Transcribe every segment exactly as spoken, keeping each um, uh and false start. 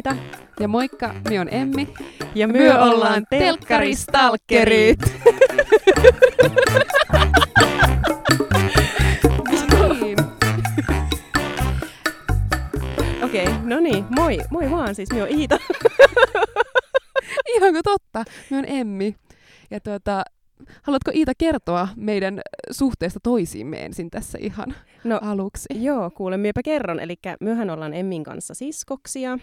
Iita. Ja moikka, me on Emmi. Ja me, me ollaan telkkaristalkkerit. Niin. Okei, okay, no niin, moi, moi vaan, siis me on Iita. Ihanko totta, me on Emmi. Ja tuota, haluatko Iita kertoa meidän suhteesta toisiimme ensin tässä ihan no, aluksi? Joo, kuule, miepä kerron. Eli myöhän ollaan Emmin kanssa siskoksia.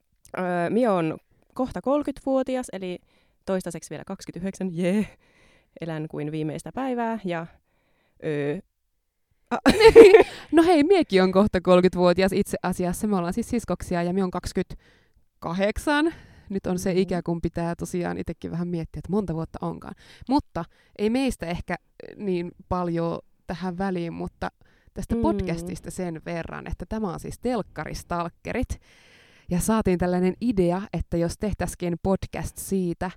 Öö, mie on kohta kolmekymmentävuotias, eli toistaiseksi vielä kaksikymmentäyhdeksän, jee. Yeah. Elän kuin viimeistä päivää. Ja, öö, ah. No hei, miekin on kohta kolmekymmentävuotias itse asiassa. Me ollaan siis siskoksia ja me on kaksikymmentäkahdeksan. Nyt on se ikä, kun pitää tosiaan itsekin vähän miettiä, että monta vuotta onkaan. Mutta ei meistä ehkä niin paljon tähän väliin, mutta tästä mm. podcastista sen verran, että tämä on siis telkkaristalkkerit. Ja saatiin tällainen idea, että jos tehtäisikin podcast siitä,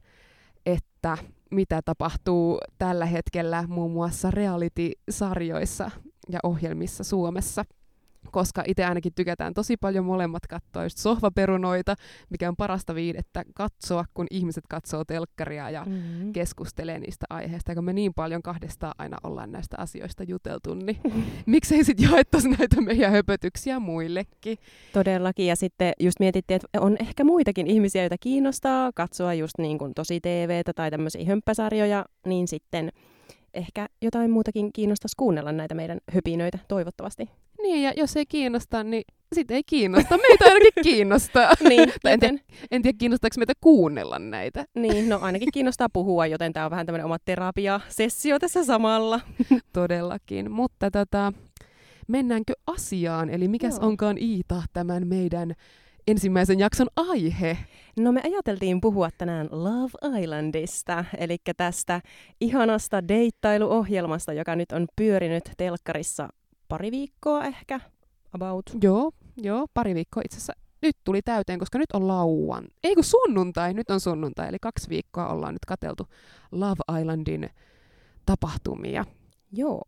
että mitä tapahtuu tällä hetkellä muun muassa reality-sarjoissa ja ohjelmissa Suomessa. Koska itse ainakin tykätään tosi paljon molemmat katsoa just sohvaperunoita, mikä on parasta viihdettä katsoa, kun ihmiset katsoo telkkaria ja mm-hmm. keskustelee niistä aiheista. Ja kun me niin paljon kahdestaan aina ollaan näistä asioista juteltu, niin miksei sitten jaettaisi näitä meidän höpötyksiä muillekin? Todellakin, ja sitten just mietittiin, että on ehkä muitakin ihmisiä, joita kiinnostaa katsoa just niin kuin tosi T V:tä tai tämmöisiä hömppäsarjoja, niin sitten ehkä jotain muutakin kiinnostaisi kuunnella näitä meidän höpinöitä, toivottavasti. Niin, ja jos ei kiinnosta, niin sit ei kiinnosta. Meitä ainakin kiinnostaa. Niin, en, tiedä, en tiedä, kiinnostaako meitä kuunnella näitä. Niin, no ainakin kiinnostaa puhua, joten tämä on vähän tämmöinen oma terapiasessio tässä samalla. Todellakin, mutta tota, mennäänkö asiaan? Eli mikäs Joo. onkaan Iita tämän meidän ensimmäisen jakson aihe? No me ajateltiin puhua tänään Love Islandista, eli tästä ihanasta deittailuohjelmasta, joka nyt on pyörinyt telkkarissa pari viikkoa ehkä, about. Joo, joo, pari viikkoa itse asiassa. Nyt tuli täyteen, koska nyt on lauan. Ei kun sunnuntai, nyt on sunnuntai, eli kaksi viikkoa ollaan nyt katseltu Love Islandin tapahtumia. Joo.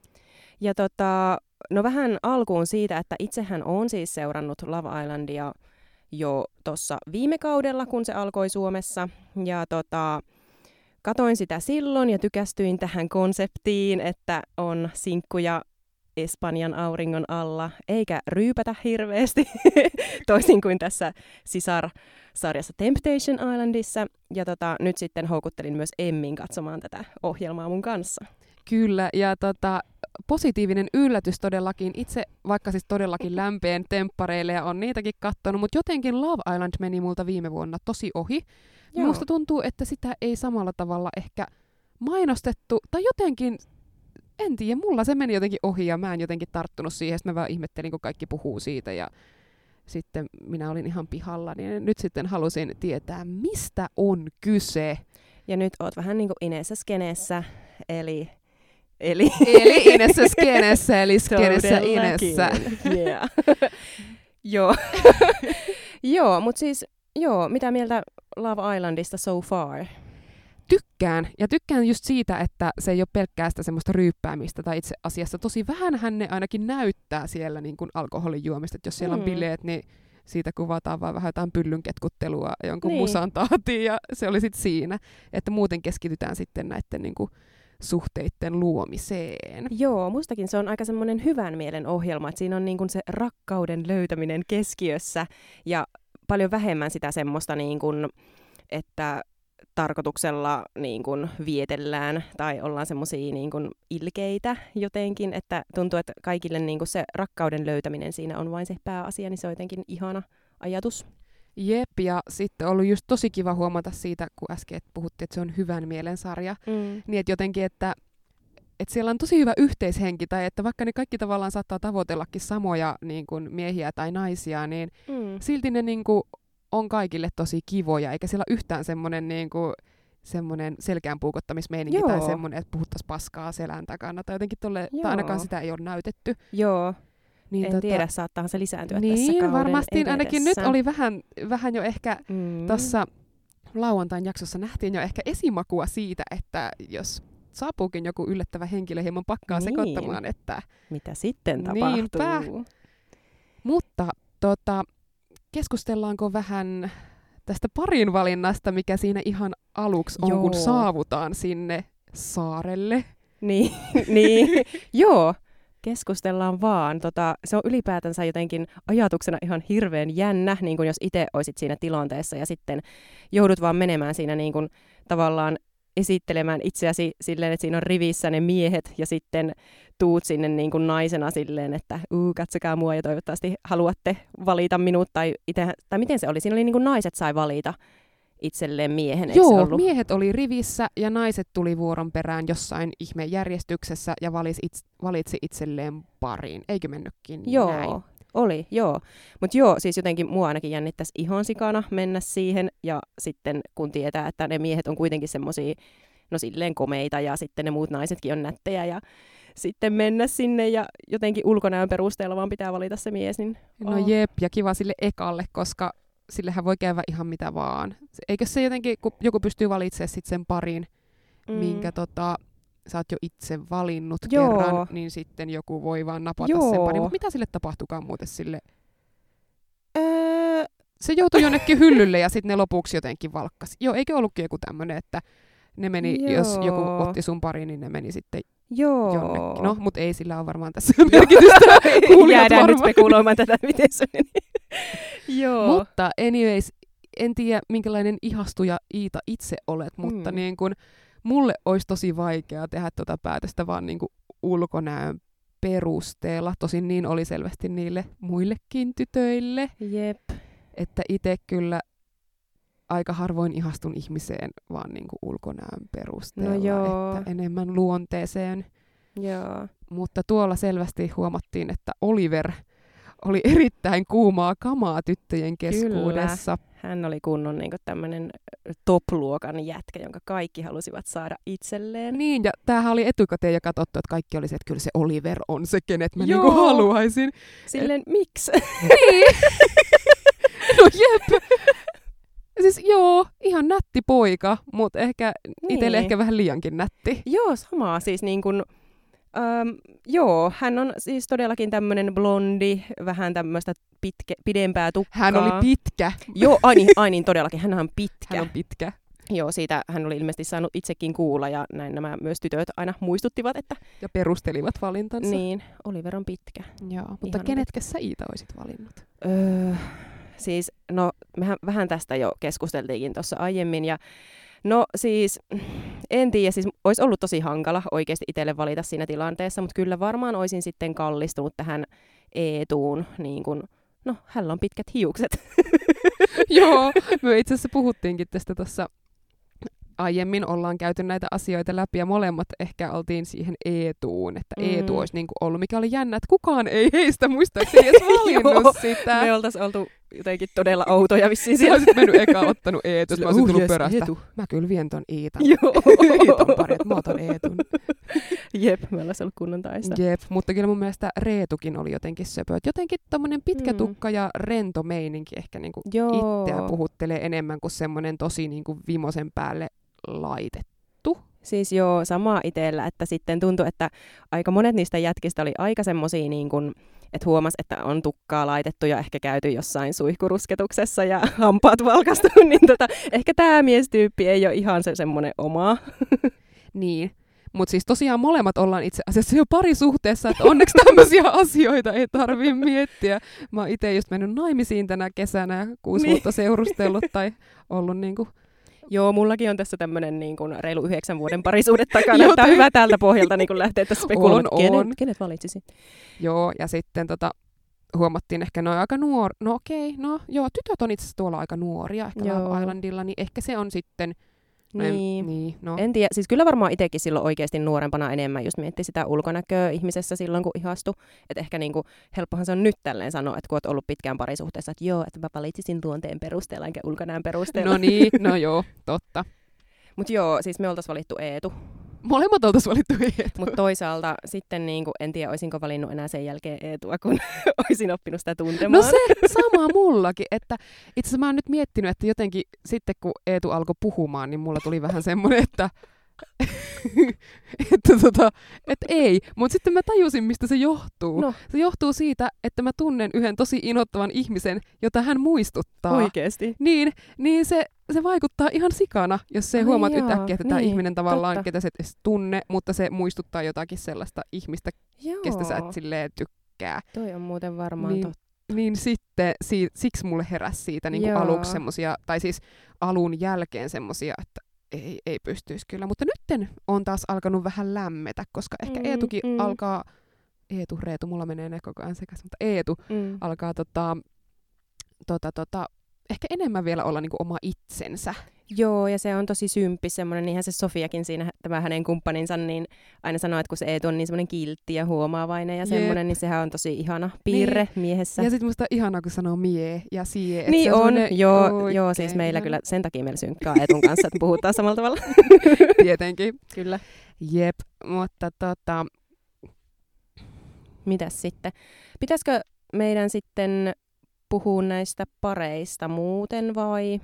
Ja tota, no vähän alkuun siitä, että itsehän on siis seurannut Love Islandia jo tuossa viime kaudella, kun se alkoi Suomessa. Ja tota, katoin sitä silloin ja tykästyin tähän konseptiin, että on sinkkuja Espanjan auringon alla, eikä ryypätä hirveästi, toisin kuin tässä sisarsarjassa Temptation Islandissa. Ja tota, nyt sitten houkuttelin myös Emmin katsomaan tätä ohjelmaa mun kanssa. Kyllä, ja tota, positiivinen yllätys todellakin. Itse vaikka siis todellakin lämpeen temppareille ja on niitäkin kattonut, mutta jotenkin Love Island meni multa viime vuonna tosi ohi. Joo. Minusta tuntuu, että sitä ei samalla tavalla ehkä mainostettu, tai jotenkin en tiedä, mulla se meni jotenkin ohi ja mä en jotenkin tarttunut siihen. Sitten mä vaan ihmettelin, kun kaikki puhuu siitä ja sitten minä olin ihan pihalla. Niin nyt sitten halusin tietää, mistä on kyse. Ja nyt oot vähän niin kuin Inessä skeneessä, eli... Eli, eli Inessä skeneessä, eli skeneessä Inessä. Yeah. Joo, joo mutta siis, joo, mitä mieltä Love Islandista so far? Tykkään. Ja tykkään just siitä, että se ei ole pelkkää sitä semmoista ryyppäämistä, tai itse asiassa tosi vähänhän ne ainakin näyttää siellä niin kuin alkoholin juomista. Että jos siellä mm. on bileet, niin siitä kuvataan vaan vähän jotain pyllynketskuttelua jonkun niin. musan tahtiin, ja se oli sitten siinä. Että muuten keskitytään sitten näiden niin kuin suhteiden luomiseen. Joo, mustakin se on aika semmoinen hyvän mielen ohjelma, että siinä on niin kuin se rakkauden löytäminen keskiössä, ja paljon vähemmän sitä semmoista, niin kuin, että tarkoituksella niin kuin vietellään tai ollaan semmoisia niin kuin ilkeitä jotenkin, että tuntuu, että kaikille niin kuin se rakkauden löytäminen siinä on vain se pääasia, niin se on jotenkin ihana ajatus. Jep, ja sitten on ollut just tosi kiva huomata siitä, kun äsken puhuttiin, että se on hyvän mielen sarja, mm. niin että jotenkin, että, että siellä on tosi hyvä yhteishenki, tai että vaikka ne kaikki tavallaan saattaa tavoitellakin samoja niin kuin miehiä tai naisia, niin mm. silti ne niin kuin on kaikille tosi kivoja, eikä siellä ole yhtään semmoinen niin kuin semmoinen selkään puukottamismeininki tai semmoinen, että puhuttaisiin paskaa selän takana, tai jotenkin tolle, tai ainakaan sitä ei ole näytetty. Joo. Niin en tota, tiedä, saattaahan se lisääntyä niin, tässä kauden varmasti edessä. Ainakin nyt oli vähän, vähän jo ehkä mm. tuossa lauantain jaksossa nähtiin jo ehkä esimakua siitä, että jos saapuukin joku yllättävä henkilö hieman pakkaa niin. sekoittamaan, että mitä sitten tapahtuu. Niinpä. Mutta tota, keskustellaanko vähän tästä parin valinnasta, mikä siinä ihan aluksi on, Joo. kun saavutaan sinne saarelle? Niin, niin. Joo. Keskustellaan vaan. Tota, se on ylipäätänsä jotenkin ajatuksena ihan hirveän jännä, niin kuin jos itse olisit siinä tilanteessa ja sitten joudut vaan menemään siinä niin kuin tavallaan esittelemään itseäsi silleen, että siinä on rivissä ne miehet ja sitten tuut sinne niin kuin naisena silleen, että uu, katsokaa mua ja toivottavasti haluatte valita minut. Tai, ite, tai miten se oli? Siinä oli niin kuin naiset sai valita itselleen miehen, eikö Joo, se ollut? miehet oli rivissä ja naiset tuli vuoron perään jossain ihmejärjestyksessä ja valitsi, itse, valitsi itselleen parin. Eikö mennytkin Joo, näin? oli, joo. Mutta joo, siis jotenkin mua ainakin jännittäisi ihan sikana mennä siihen. Ja sitten kun tietää, että ne miehet on kuitenkin semmosia, no silleen komeita ja sitten ne muut naisetkin on nättejä ja sitten mennä sinne ja jotenkin ulkonäön perusteella vaan pitää valita se mies. Niin, No oh. jep, ja kiva sille ekalle, koska sillehän voi käydä ihan mitä vaan. Eikö se jotenkin, kun joku pystyy valitsemaan sit sen parin, mm. minkä tota, sä oot jo itse valinnut Joo. kerran, niin sitten joku voi vaan napata Joo. sen parin. Mutta mitä sille tapahtukaan muuten sille? Öö, Se joutui jonnekin hyllylle ja sitten ne lopuksi jotenkin valkkasi. Joo, eikö ollutkin joku tämmönen, että ne meni, Joo. jos joku otti sun pariin, niin ne meni sitten joo. jonnekin. No, mutta ei sillä ole varmaan tässä merkitystä. Kuulijat Jäädään nyt varmaan. spekuloimaan tätä, miten se meni. Joo. Mutta anyways, en tiedä minkälainen ihastuja Iita itse olet, mutta Mm. niin kun, mulle olisi tosi vaikea tehdä tuota päätöstä vaan niin kun ulkonäön perusteella. Tosin niin oli selvästi niille muillekin tytöille, Jep. että itse kyllä aika harvoin ihastun ihmiseen vaan niin kuin ulkonäön perusteella, No joo. että enemmän luonteeseen. Joo. Mutta tuolla selvästi huomattiin, että Oliver oli erittäin kuumaa kamaa tyttöjen keskuudessa. Hän oli kunnon niin tämmöinen top-luokan jätkä, jonka kaikki halusivat saada itselleen. Niin, ja tämähän oli etukäteen jo katsottu, että kaikki oli se, että kyllä se Oliver on se, kenet mä Joo. niinku haluaisin. Silleen, miksi? Niin. No jep. Siis joo, ihan nätti poika, mutta ehkä Niin. itselle ehkä vähän liiankin nätti. Joo, sama. Siis niin kuin, äm, joo, hän on siis todellakin tämmöinen blondi, vähän tämmöistä pitke, pidempää tukkaa. Hän oli pitkä. Joo, ai niin, ai niin, todellakin. Hän on pitkä. Hän on pitkä. Joo, siitä hän oli ilmeisesti saanut itsekin kuulla ja näin nämä myös tytöt aina muistuttivat, että Ja perustelivat valintansa. niin, Oliver on pitkä. Joo, mutta Ihana kenetkä sä Iita olisit valinnut? Öö, siis, no, mehän vähän tästä jo keskusteltiinkin tuossa aiemmin ja no siis, en tiedä, siis olisi ollut tosi hankala oikeasti itselle valita siinä tilanteessa, mutta kyllä varmaan olisin sitten kallistunut tähän Eetuun, niin kuin, no, hänellä on pitkät hiukset. Joo, me itse asiassa puhuttiinkin tästä tuossa aiemmin, ollaan käyty näitä asioita läpi ja molemmat ehkä oltiin siihen Eetuun, että Mm. Eetu olisi niinku ollut, mikä oli jännä, että kukaan ei heistä muistaakseni edes valinnut Joo, sitä. Me oltaisiin oltu jotenkin todella outoja vissiin Sä siellä. olisit mennyt eka ottanut Eetu, jos mä olisin Uh, tullut yes, perästä. Eetu. Mä kyllä vien ton Iitan. Joo. Iitan pari, että mä otan Eetun. Jep, me ollaan ollut kunnon taista. Jep, mutta kyllä mun mielestä Reetukin oli jotenkin söpö. Et jotenkin tommonen pitkä Mm. tukka ja rento meininki ehkä niinku Joo. itseä puhuttelee enemmän kuin semmonen tosi niinku vimosen päälle laitettu. Siis joo, sama itsellä, että sitten tuntui, että aika monet niistä jätkistä oli aika semmosia niin kuin, että huomas, että on tukkaa laitettu ja ehkä käyty jossain suihkurusketuksessa ja hampaat valkastu, niin tota, ehkä tämä miestyyppi ei ole ihan se semmoinen oma. Niin. Mutta siis tosiaan molemmat ollaan itse asiassa jo parisuhteessa, että onneksi tämmöisiä asioita ei tarvitse miettiä. Mä oon itse just mennyt naimisiin tänä kesänä ja kuusi Niin. vuotta seurustellut tai ollut niinku... Joo, mullakin on tässä tämmöinen niin kuin reilu yhdeksän vuoden parisuhde takana. Joten- Että on hyvä tältä pohjalta niin kuin lähteä tässä spekuloimaan, On, kenet, on. kenet valitsisin. Joo, ja sitten tota, huomattiin ehkä noin aika nuor... No okei, no joo, tytöt on itse asiassa tuolla aika nuoria ehkä Joo. Love Islandilla, niin ehkä se on sitten... No en- Niin. niin, no. En tiedä, siis kyllä varmaan itsekin silloin oikeasti nuorempana enemmän just mietti sitä ulkonäköä ihmisessä silloin, kun ihastui. Että ehkä niinku, helppohan se on nyt tälleen sanoa, että kun oot ollut pitkään parisuhteessa, että joo, että mä valitsisin luonteen perusteella enkä ulkonäön perusteella. No niin, no joo, totta. Mutta joo, siis me oltais valittu Eetu. Molemmat oltais valittu Eetu. Mutta toisaalta sitten niinku, en tiedä, olisinko valinnut enää sen jälkeen Eetua, kun olisin oppinut sitä tuntemaan. No se sama mullakin, että itse asiassa mä oon nyt miettinyt, että jotenkin sitten kun Eetu alkoi puhumaan, niin mulla tuli vähän semmoinen, että että tota, et ei. Mutta sitten mä tajusin, mistä se johtuu. No. Se johtuu siitä, että mä tunnen yhden tosi innoittavan ihmisen, jota hän muistuttaa. Oikeesti? Niin, niin se, se vaikuttaa ihan sikana, jos se Ai huomaat jaa, yhtäkkiä, että tämä niin, ihminen tavallaan, totta. ketä sä et edes tunne, mutta se muistuttaa jotakin sellaista ihmistä, Joo. kestä sä et silleen tykkää. Toi on muuten varmaan Niin. totta. Niin sitten si- siksi mulle heräsi siitä niin kuin Joo. aluksi semmosia, tai siis alun jälkeen semmosia, että ei, ei pystyisi kyllä. Mutta nytten on taas alkanut vähän lämmetä, koska ehkä Mm, Eetukin mm. alkaa, Eetu, Reetu, mulla menee ne koko ajan sekas, mutta Eetu Mm. alkaa tota, tota, tota, ehkä enemmän vielä olla niin kuin oma itsensä. Joo, ja se on tosi symppis semmoinen, niinhän se Sofiakin siinä, tämä hänen kumppaninsa, niin aina sanoo, että kun se Eetu on niin semmoinen kiltti ja huomaavainen ja Jep. semmoinen, niin sehän on tosi ihana piirre Niin. miehessä. Ja sitten musta ihanaa, kun sanoo mie ja sie. et Niin se on, semmonen joo, oikein joo, siis meillä ihana. kyllä sen takia meillä synkkää Eetun kanssa, että puhutaan samalla tavalla. Tietenkin. Kyllä. Jep, mutta tota, Mitäs sitten? Pitäisikö meidän sitten puhua näistä pareista muuten vai?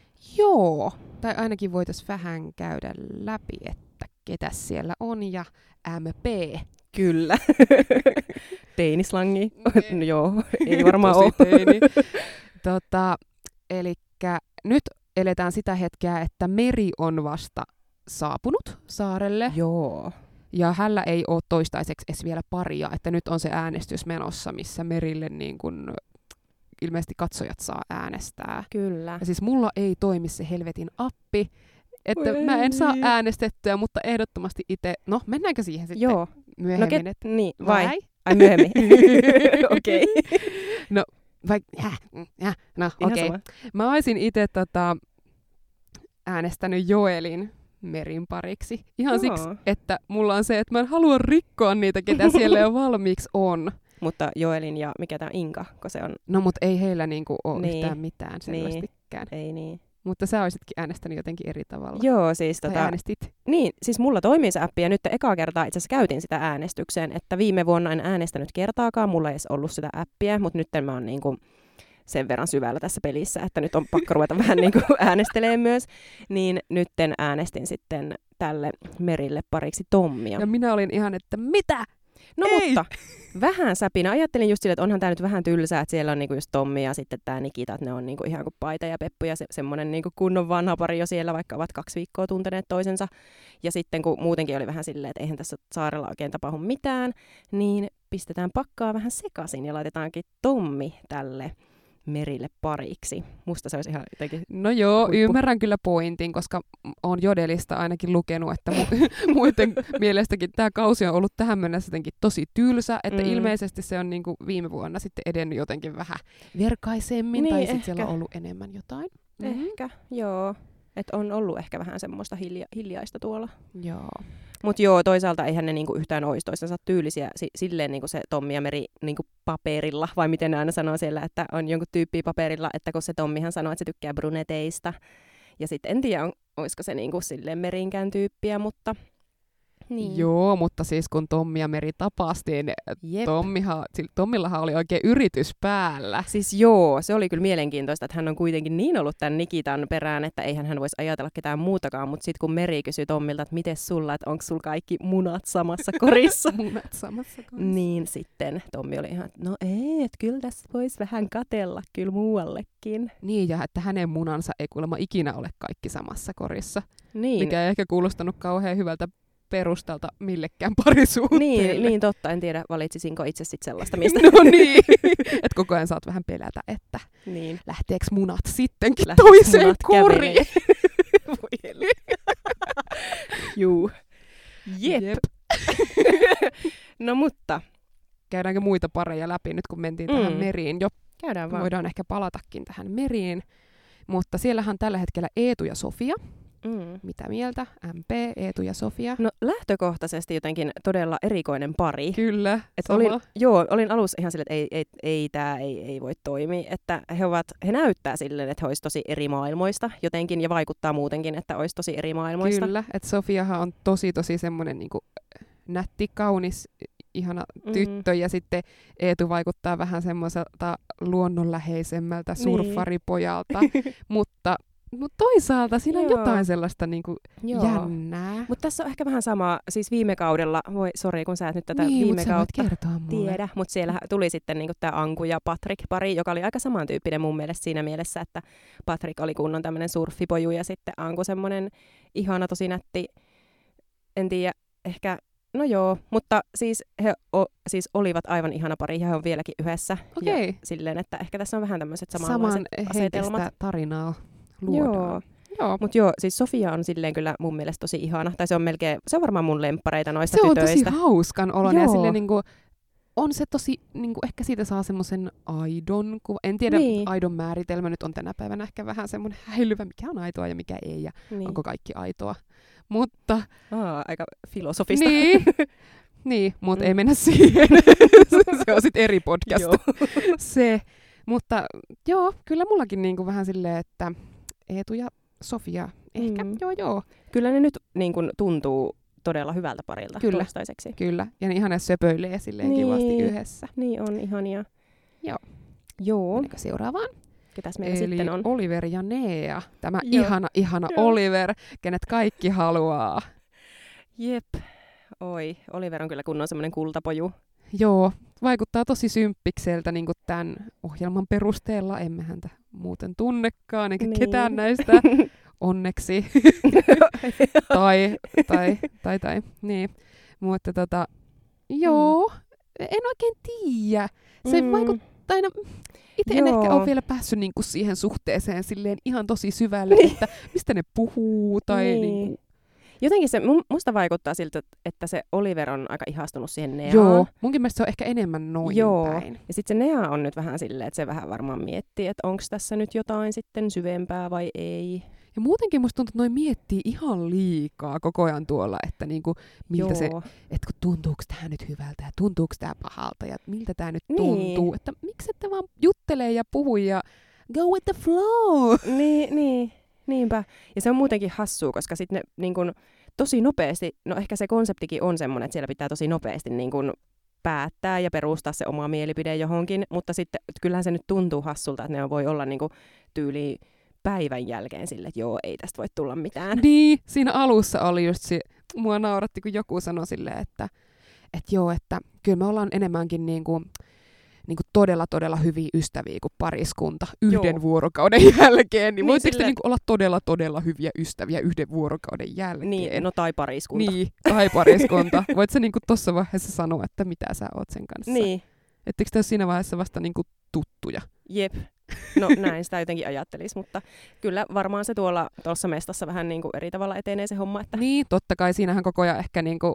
joo. Tai ainakin voitaisiin vähän käydä läpi, että ketä siellä on ja M P. Kyllä. Teinislangi. No joo, ei varmaan Tosi ole. teini. tota, elikkä nyt eletään sitä hetkeä, että Meri on vasta saapunut saarelle. Joo. Ja hänellä ei ole toistaiseksi edes vielä paria, että nyt on se äänestys menossa, missä Merille niin kun, ilmeisesti katsojat saa äänestää. Kyllä. Ja siis mulla ei toimi se helvetin appi, että Oi mä en saa ei. äänestettyä, mutta ehdottomasti itse, no mennäänkö siihen sitten Joo. myöhemmin? No ket, että, niin, vai? vai? Ai myöhemmin. Okei. No, vai, äh, äh, no Ihan okei. sama. Mä olisin itse tota, äänestänyt Joelin Merin pariksi. Ihan Joo. siksi, että mulla on se, että mä en halua rikkoa niitä, ketä siellä jo valmiiksi on. Mutta Joelin ja mikä tämä Inka, kun se on, No mut ei heillä niinku ole Niin. yhtään mitään selvästikään. ei niin. Mutta sä olisitkin äänestänyt jotenkin eri tavalla. Joo, siis Tai tota, äänestit. niin, siis mulla toimii se appi ja nyt ekaa kertaa itse asiassa käytin sitä äänestykseen, että viime vuonna en äänestänyt kertaakaan, mulla ei edes ollut sitä appia, mutta nyt mä oon niinku sen verran syvällä tässä pelissä, että nyt on pakko ruveta vähän niinku äänestelemään myös, niin nytten äänestin sitten tälle Merille pariksi Tommia. Ja minä olin ihan, että mitä? No Ei. mutta vähän säpinä. Ajattelin just silleen, että onhan tää nyt vähän tylsää, että siellä on niinku just Tommi ja sitten tää Nikita, että ne on niinku ihan kuin Paita ja Peppu ja se, semmoinen niinku kunnon vanha pari jo siellä, vaikka ovat kaksi viikkoa tunteneet toisensa. Ja sitten kun muutenkin oli vähän silleen, että eihän tässä saarella oikein tapahdu mitään, niin pistetään pakkaa vähän sekaisin ja laitetaankin Tommi tälle Merille pariksi. Musta se olisi ihan jotenkin... No joo, Huippu. ymmärrän kyllä pointin, koska on Jodelista ainakin lukenut, että mu- muiden mielestäkin tämä kausi on ollut tähän mennessä jotenkin tosi tylsä, että Mm. ilmeisesti se on niinku viime vuonna sitten edennyt jotenkin vähän verkaisemmin, Niin, tai sitten ehkä. siellä on ollut enemmän jotain. Mhm. Ehkä, joo. Että on ollut ehkä vähän semmoista hilja- hiljaista tuolla. Joo. Mutta joo, toisaalta eihän ne niinku yhtään olisi toistensa tyylisiä. Si- silleen niinku se Tommi ja Meri niinku paperilla, vai miten ne aina sanoo siellä, että on jonkun tyyppiä paperilla, että kun se Tommihan sanoo, että se tykkää bruneteista. Ja sitten en tiedä, on, olisiko se niinku silleen Merinkään tyyppiä, mutta... Niin. Joo, mutta siis kun Tommi ja Meri tapastiin, Jep. Tommihan, sillä- Tommillahan oli oikein yritys päällä. Siis joo, se oli kyllä mielenkiintoista, että hän on kuitenkin niin ollut tämän Nikitan perään, että eihän hän voisi ajatella ketään muutakaan, mutta sitten kun Meri kysyi Tommilta, että miten sulla, että onko sulla kaikki munat samassa korissa, Munat samassa kanssa. niin sitten Tommi oli ihan, että no ei, että kyllä tässä voisi vähän katella kyllä muuallekin. Niin, ja että hänen munansa ei kuulemma ikinä ole kaikki samassa korissa, Niin, mikä ei ehkä kuulostanut kauhean hyvältä perustalta millekään parisuhteelle. niin, niin totta, en tiedä valitsisinko itse sitten sellaista miestä. No niin, että koko ajan saat vähän pelätä, että niin. lähteekö munat sittenkin Lähteekö toiseen munat koriin. Voi helvetti. Juu. Jep. Jep. No mutta, Käydäänkö muita pareja läpi nyt, kun mentiin tähän Mm. Meriin jo? käydään vaan. Voidaan ehkä palatakin tähän Meriin. Mutta siellähän on tällä hetkellä Eetu ja Sofia. Mm. Mitä mieltä? M P, Eetu ja Sofia. No lähtökohtaisesti jotenkin todella erikoinen pari. Kyllä, Et sama. olin, joo, olin alussa ihan silleen, että ei, ei, ei tämä ei, ei voi toimia. Että he, ovat, he näyttää silleen, että he olisivat tosi eri maailmoista jotenkin ja vaikuttaa muutenkin, että olisi tosi eri maailmoista. Kyllä, että Sofiahan on tosi tosi semmoinen niinku nätti, kaunis, ihana Mm. tyttö ja sitten Eetu vaikuttaa vähän semmoiselta luonnonläheisemmältä Niin. surffaripojalta, mutta mut toisaalta siinä on Joo. jotain sellaista niinku Joo. jännää. Mutta tässä on ehkä vähän sama, siis viime kaudella, voi sori kun sä et nyt tätä niin, viime mut sä voit kautta kertoa mulle. tiedä, mutta siellä tuli sitten niinku tämä Anku ja Patrick pari, joka oli aika samantyyppinen mun mielestä siinä mielessä, että Patrick oli kunnon tämmöinen surfipoju ja sitten Anku semmoinen ihana, tosi nätti, en tiedä, ehkä, no joo, mutta siis he o, siis olivat aivan ihana pari ja he on vieläkin yhdessä. Okei. Ja silleen, että ehkä tässä on vähän tämmöiset samanlaiset Saman asetelmat. henkistä tarinaa luodaan. Joo. Joo. Mutta joo, siis Sofia on silleen kyllä mun mielestä tosi ihana. Tai se on melkein, se on varmaan mun lemppareita noista Se on tytöistä. tosi hauskan oloinen ja Joo. silleen niinku, on se tosi, niinku, ehkä siitä saa semmoisen aidon, kun en tiedä, Niin. aidon määritelmä nyt on tänä päivänä ehkä vähän semmoinen häilyvä, mikä on aitoa ja mikä ei ja Niin. onko kaikki aitoa. Mutta, Aa, aika filosofista. niin, niin mutta Mm. ei mennä siihen. Se on sitten eri podcast. Joo. Se, mutta joo, kyllä mullakin niinku vähän silleen, että Eetu ja Sofia, ehkä, Mm. joo joo, Kyllä ne nyt niin kun, tuntuu todella hyvältä parilta Kyllä. toistaiseksi. kyllä. Ja ne ihana söpöilee silleen Niin. kivasti yhdessä. Niin on, ihania. Joo. Joo. Mennäänkö seuraavaan? Ketäs meillä Eli sitten on? Oliver ja Nea. Tämä Joo. ihana, ihana Joo. Oliver, kenet kaikki haluaa. Jep. Oi, Oliver on kyllä kunnon semmoinen kultapoju. Joo, vaikuttaa tosi symppikseltä niin tämän ohjelman perusteella. Emme häntä muuten tunnekaan, eikä Niin. ketään näistä. Onneksi. tai, tai, tai, tai, niin. Mutta tota, joo, en oikein tiedä. Se Mm. vaikuttaa aina, itse en Joo. ehkä ole vielä päässyt niinku siihen suhteeseen silleen ihan tosi syvälle, että mistä ne puhuu tai Niin. niinku, Jotenkin se, mu- musta vaikuttaa siltä, että se Oliver on aika ihastunut siihen Neaan. joo, munkin mielestä se on ehkä enemmän noin Joo. päin. Ja sitten se Nea on nyt vähän silleen, että se vähän varmaan miettii, että onko tässä nyt jotain sitten syvempää vai ei. Ja muutenkin musta tuntuu, että noi miettii ihan liikaa koko ajan tuolla, että niinku, miltä Joo. se, että kun tuntuuko tämä nyt hyvältä ja tuntuuko tämä pahalta ja miltä tämä nyt Niin. tuntuu. Että miksi ette vaan juttelee ja puhu ja go with the flow. Niin, niin, niinpä. Ja se on muutenkin hassua, koska sitten ne niin kun, tosi nopeasti, no ehkä se konseptikin on semmoinen, että siellä pitää tosi nopeasti niin kun, päättää ja perustaa se oma mielipide johonkin, mutta sitten kyllähän se nyt tuntuu hassulta, että ne voi olla niin kun, tyyli päivän jälkeen sille, että joo, ei tästä voi tulla mitään. Niin, siinä alussa oli just se, mua nauratti, kun joku sanoi silleen, että et joo, että kyllä me ollaan enemmänkin niinku, niinku todella, todella hyviä ystäviä kuin pariskunta yhden Joo. vuorokauden jälkeen. Niin, Niin, voitteko te silleen- niinku olla todella, todella hyviä ystäviä yhden vuorokauden jälkeen? Niin, no tai pariskunta. Niin, tai pariskunta. Voit sä niinku tossa vaiheessa sanoa, että mitä sä oot sen kanssa? Niin, Ettekö te ole siinä vaiheessa vasta niinku tuttuja? jep. No näin sitä jotenkin ajattelisi, mutta kyllä varmaan se tuolla tuossa mestassa vähän niin kuin eri tavalla etenee se homma, että Niin, totta kai siinähän koko ajan ehkä niinku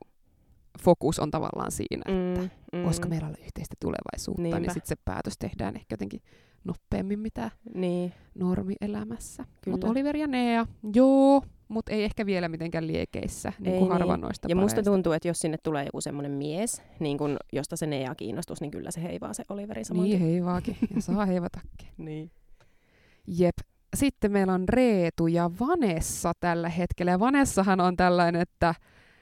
fokus on tavallaan siinä, että mm, mm, koska meillä on yhteistä tulevaisuutta, Niinpä. niin sitten se päätös tehdään ehkä jotenkin nopeammin mitä niin, normielämässä. Kyllä. Mutta Oliver ja Nea, joo, mutta ei ehkä vielä mitenkään liekeissä, niin Ei kuin niin. harva noista ja musta pareista. tuntuu, että jos sinne tulee joku semmoinen mies, niin kun, josta se Nea kiinnostus, niin kyllä se heivaa se Oliveri saman Niin tien. heivaakin, ja saa heivatakin. Niin. Jep. Sitten meillä on Reetu ja Vanessa tällä hetkellä. Ja Vanessahan on tällainen, että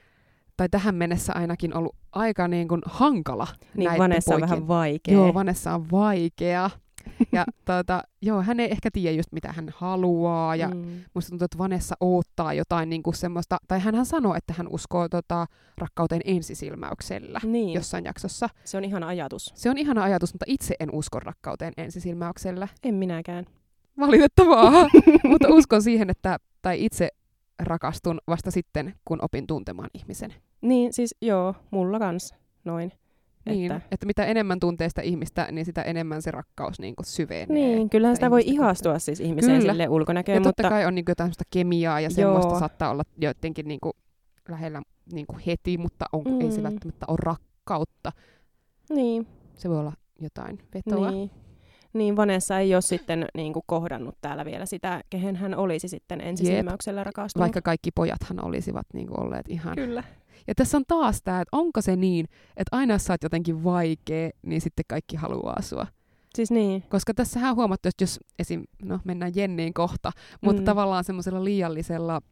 tai tähän mennessä ainakin ollut aika niin kuin hankala Niin näitten Vanessa on poikien. vähän vaikea. Joo, Vanessa on vaikea. Ja tuota, joo, hän ei ehkä tiedä just mitä hän haluaa. Ja mm. musta tuntuu, että Vanessa odottaa jotain niin kuin semmoista, tai hän sanoo, että hän uskoo tota, rakkauteen ensisilmäyksellä Niin, jossain jaksossa. se on ihana ajatus. Se on ihana ajatus, mutta itse en usko rakkauteen ensisilmäyksellä. En minäkään. Valitettavaa, mutta uskon siihen, että tai itse rakastun vasta sitten, kun opin tuntemaan ihmisen. Niin, siis joo, mulla kans. Noin. Niin, Että, että mitä enemmän tuntee sitä ihmistä, niin sitä enemmän se rakkaus niin kuin syvenee. niin, kyllähän sitä sitä voi ihmistä ihastua kohtaan. siis ihmiseen Kyllä. sille ulkonäköön, Ja totta mutta kai on niin kuin jotain semmoista kemiaa ja semmoista Joo. saattaa olla jotenkin niin kuin lähellä niin kuin heti, mutta on, mm. ei se Mm. välttämättä ole rakkautta. niin, Se voi olla jotain vetoa. niin. Niin, Vanessa ei ole sitten niin kuin kohdannut täällä vielä sitä, kehen hän olisi sitten ensisilmäyksellä rakastunut. Vaikka kaikki pojathan olisivat niin kuin olleet ihan... Kyllä. Ja tässä on taas tämä, että onko se niin, että aina jos sä oot jotenkin vaikea, niin sitten kaikki haluaa sua. Siis niin. Koska tässähän on huomattu, että jos esim. No mennään Jenniin kohta, mutta Mm. tavallaan semmoisella liiallisella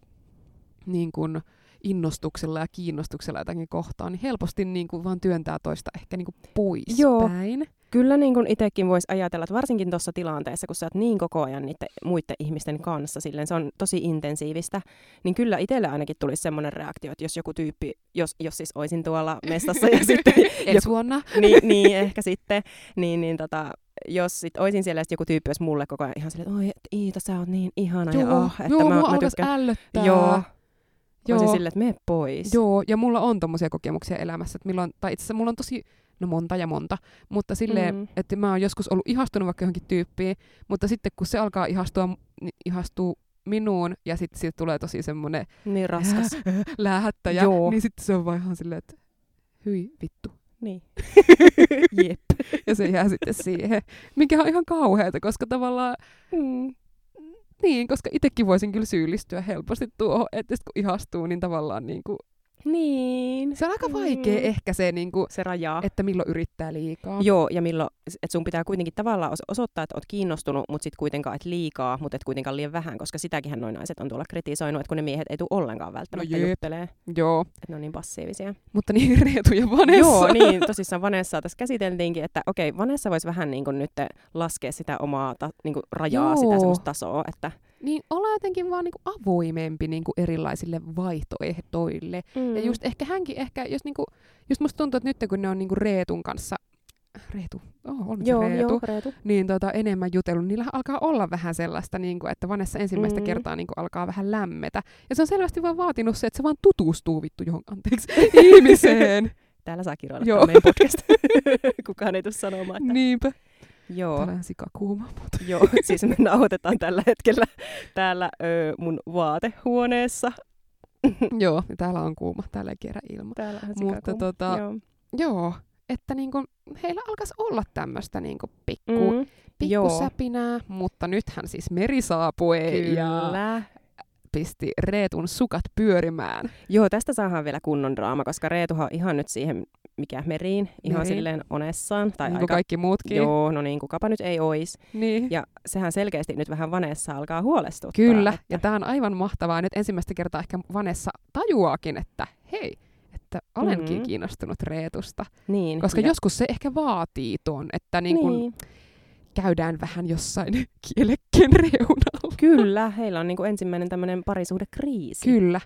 niin kuin innostuksella ja kiinnostuksella jotakin kohtaan, niin helposti niin kuin vaan työntää toista ehkä niin kuin Joo. poispäin. Kyllä niin kuin itsekin voisi ajatella, että varsinkin tuossa tilanteessa, kun sä oot niin koko ajan niiden muiden ihmisten kanssa, silleen se on tosi intensiivistä, niin kyllä itselle ainakin tulisi semmoinen reaktio, että jos joku tyyppi, jos, jos siis olisin tuolla mestassa ja sitten... Ensi vuonna. niin, niin, ehkä sitten, niin, niin tota... Jos sit oisin siellä, että joku tyyppi olisi mulle koko ajan ihan silleen, että oi Iita, sä oot niin ihana. Joo, ja oh, että joo mä, mua mä alkas tykkään. ällöttää. Joo. Joo. Olisin silleen, että mene pois. Joo, ja mulla on tommosia kokemuksia elämässä, että milloin, tai itse asiassa mulla on tosi, no monta ja monta, mutta silleen, mm. että mä oon joskus ollut ihastunut vaikka johonkin tyyppiin, mutta sitten kun se alkaa ihastua, niin ihastuu minuun, ja sitten siitä tulee tosi semmonen niin raskas läähättäjä, Joo. niin sitten se on vaan ihan silleen, että hyi vittu. Niin. Jep. Ja se jää sitten siihen, mikä on ihan kauheata, koska tavallaan, Mm. niin, koska itsekin voisin kyllä syyllistyä helposti tuohon, että sit kun ihastuu, niin tavallaan niinku, Niin. se on aika vaikea Mm. ehkä se, niinku, Se rajaa. että milloin yrittää liikaa. Joo, ja milloin, että sun pitää kuitenkin tavallaan os- osoittaa, että oot kiinnostunut, mutta sitten kuitenkaan et liikaa, mutta et kuitenkaan liian vähän, koska sitäkinhän noin naiset on tuolla kritisoinut, että kun ne miehet ei tule ollenkaan välttämättä No jep. juttelee, Joo, että ne on niin passiivisia. mutta niin Reetu ja Vanessa. Joo, niin tosissaan Vanessaa tässä käsiteltiinkin, että okei, Vanessa voisi vähän niin kuin nyt laskea sitä omaa ta- niin kuin rajaa, Joo. sitä semmoista tasoa, että Niin olla jotenkin vaan niinku avoimempi niinku erilaisille vaihtoehdoille. mm. Ja just ehkä hänkin, ehkä, jos niinku, just musta tuntuu, että nyt kun ne on niinku Reetun kanssa, Reetu, oh, on joo, se Reetu, joo, Reetu. niin tota, enemmän jutellut, niillähän alkaa olla vähän sellaista, niinku, että Vanessa ensimmäistä Mm. kertaa niinku, alkaa vähän lämmetä. Ja se on selvästi vaan vaatinut se, että se vaan tutustuu vittu johon, anteeksi, ihmiseen. Täällä saa kiroilla Joo. tämä meidän podcast. Kukaan ei tule sanomaan, että... Niinpä. Joo. Täällä on sikakuuma. Mutta... Joo, siis me nauhoitetaan tällä hetkellä täällä ö, mun vaatehuoneessa. Joo, ja täällä on kuuma, täällä ei kierrä ilma. Täällä on Mutta sikakuuma. tota, Joo. joo, että niinku, heillä alkaisi olla tämmöistä niinku pikku, Mm. pikkusäpinää, mutta nythän siis meri saapui ja Kyllä. pisti Reetun sukat pyörimään. Joo, tästä saadaan vielä kunnon draama, koska Reetuhan on ihan nyt siihen, mikä meriin, ihan Meriin. silleen onessaan. Tai Niin kuin aika, kaikki muutkin. joo, no niin, kukapa nyt ei ois. Niin. Ja sehän selkeästi nyt vähän Vanessa alkaa huolestuttaa. Kyllä, että... ja tämä on aivan mahtavaa. Nyt ensimmäistä kertaa ehkä Vanessa tajuaakin, että hei, että olenkin Mm. kiinnostunut Reetusta. Niin. Koska ja... joskus se ehkä vaatii ton, että niin kun niin. käydään vähän jossain kielekken reunalla. Kyllä, heillä on niin kuin ensimmäinen tämmöinen parisuhdekriisi. Kyllä.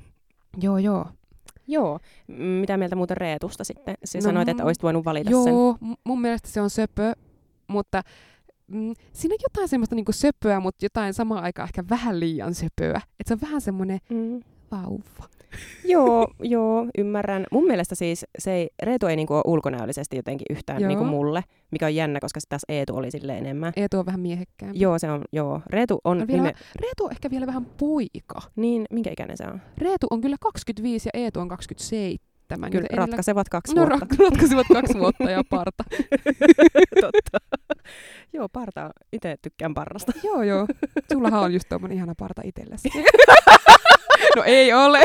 joo, joo. Joo. M- Mitä mieltä muuten Reetusta sitten? Sä No, sanoit, että olisit voinut valita joo, sen. Joo, mun mielestä se on söpö, mutta mm, siinä on jotain semmoista niinku söpöä, mutta jotain samaan aikaan ehkä vähän liian söpöä. Että se on vähän semmoinen Mm. vauva. Joo, joo, ymmärrän. Mun mielestä siis se ei, Reetu ei niinku ole ulkonäöllisesti jotenkin yhtään Joo. niinku mulle, mikä on jännä, koska taas Eetu oli sille enemmän. Eetu on vähän miehekkäämpi. Joo, se on, joo. Reetu on... On vielä, nime... Reetu on ehkä vielä vähän poika. Niin, minkä ikäinen se on? Reetu on kyllä kaksikymmentäviisi ja Eetu on kaksikymmentäseitsemän. Kyllä, joten ei ratkaisevat kaksi niillä... vuotta. No ra- ratkaisivat kaksi vuotta ja parta. Totta. Joo, parta. Itse tykkään parrasta. joo, joo. Sullahan on just tommonen ihana parta itsellesi. no ei ole.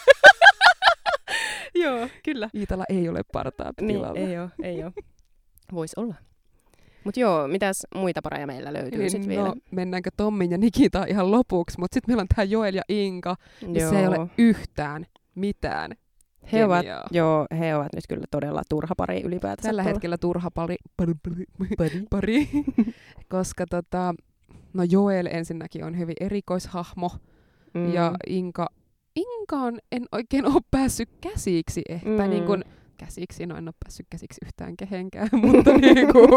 Joo, kyllä. Iitalla ei ole partaa Niin, tilalla. ei oo, ei oo. Vois olla. Mut joo, mitäs muita pareja meillä löytyy Niin, sit no, vielä? mennäänkö Tommin ja Nikitaan ihan lopuksi, mutta sitten meillä on tää Joel ja Inka, missä ei ole yhtään mitään he ovat, kemiaa. joo, he ovat nyt kyllä todella turha pari ylipäätänsä. Tällä tuolla. hetkellä turha pari, pari, pari, Pari. pari. koska tota, no Joel ensinnäkin on hyvin erikoishahmo, Mm. ja Inka, Inkaan en oikein ole päässyt käsiksi ehkä, Mm. tai niin kuin, käsiksi, no en ole päässyt käsiksi yhtään kehenkään, mutta niin kuin,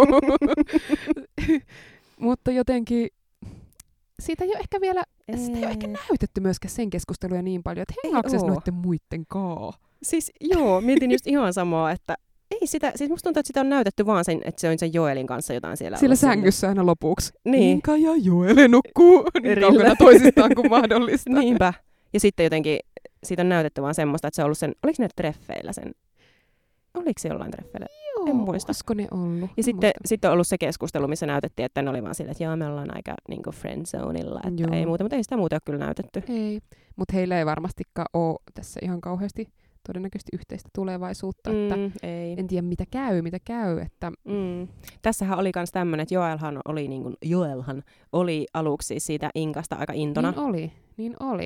mutta jotenkin siitä ei ole ehkä vielä, sitä ei ole ehkä Ei. näytetty myöskään sen keskusteluja niin paljon, että hengaukses oo. noitten muitten kaa. Siis joo, mietin just ihan samaa, että ei sitä, siis musta tuntuu, että sitä on näytetty vaan sen, että se on sen Joelin kanssa jotain siellä. Siellä ollut sängyssä aina lopuksi. Niin. Inka ja Joel nukkuu niin Erillä. kaukana toisistaan kuin mahdollista. sinne. Niinpä. Ja sitten jotenkin siitä on näytetty vaan semmoista, että se on ollut sen, oliko ne treffeillä sen? Oliko se jollain treffeillä? Joo, en muista. olisiko ne ollut? Ja En sitten, muista. sitten on ollut se keskustelu, missä näytettiin, että ne oli vaan silleen, että joo, me ollaan aika niin kuin friendzoneilla, että Joo. ei muuta, mutta ei sitä muuta ole kyllä näytetty. Ei, mutta heillä ei varmastikaan ole tässä ihan kauheasti todennäköisesti yhteistä tulevaisuutta, että Mm, ei. en tiedä mitä käy, mitä käy, että Mm. Tässähän oli myös tämmöinen, että Joelhan oli, niin kuin, Joelhan oli aluksi siitä Inkasta aika intona. niin oli, niin oli.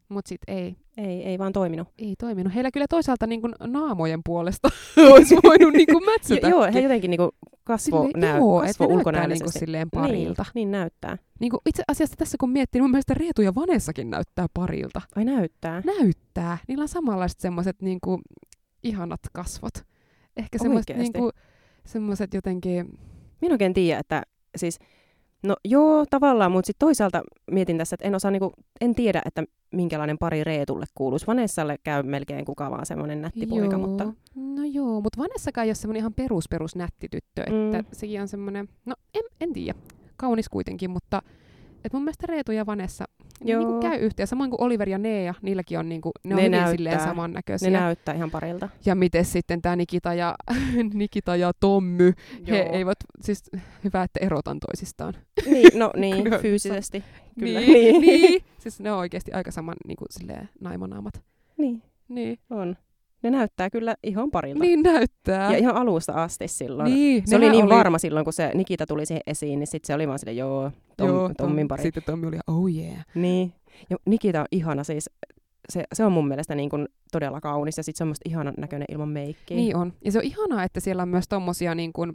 Mut sit ei. Ei, ei vaan toiminut. Ei toiminut. Heillä kyllä toisaalta niin kuin naamojen puolesta olisi voinut niin kuin mätsätäkin. Joo, he jotenkin niin kuin kasvo, Silleen, näy, joo, kasvo että ne ulkonäöllisesti. näyttää niin kuin silleen parilta. Niin, niin näyttää. Niin kuin itse asiassa tässä kun miettii, niin mun mielestä Reetu ja Vanessakin näyttää parilta. Ai näyttää? Näyttää. Niillä on samanlaiset semmoiset niin kuin ihanat kasvot. Ehkä semmoiset niin kuin, semmoiset jotenkin... Minä en oikein tiedä, että siis... No joo, tavallaan, mutta sitten toisaalta mietin tässä, että en osaa niinku, en tiedä, että minkälainen pari Reetulle kuuluisi. Vanessalle käy melkein kuka vaan semmoinen nätti poika, joo. mutta... No joo, mutta Vanessakaan ei ole semmoinen ihan perus perus nätti tyttö, Mm. että sekin on semmoinen, no en, en tiedä, kaunis kuitenkin, mutta et mun mielestä Reetu ja Vanessa ne Joo. niinku käy yhteen. Samoin kuin Oliver ja Nea, niilläkin on, niinku, ne on Ne hyvin näyttää. silleen samannäköisiä. Ne näyttää ihan parilta. Ja miten sitten tämä Nikita ja, Nikita ja Tommy, he Joo. eivät, siis hyvä, että erotan toisistaan. Niin, no niin, Kyllä. fyysisesti. Kyllä. Niin, niin. Siis ne on oikeasti aika saman niinku, silleen, naimanaamat. Niin, Niin. on. Ne näyttää kyllä ihan parilta. Niin näyttää. Ja ihan alusta asti silloin. Niin, se oli nehän niin oli... varma silloin, kun se Nikita tuli siihen esiin, niin sitten se oli vaan silleen, joo, Tom, Joo, Tommin Tom, pari. Sitten Tommi oli, oh yeah. Niin. Ja Nikita on ihana siis. Se, se on mun mielestä niin kuin todella kaunis ja sitten se on musta ihanan näköinen ilman meikkiä. Niin on. Ja se on ihanaa, että siellä on myös tommosia niin kuin,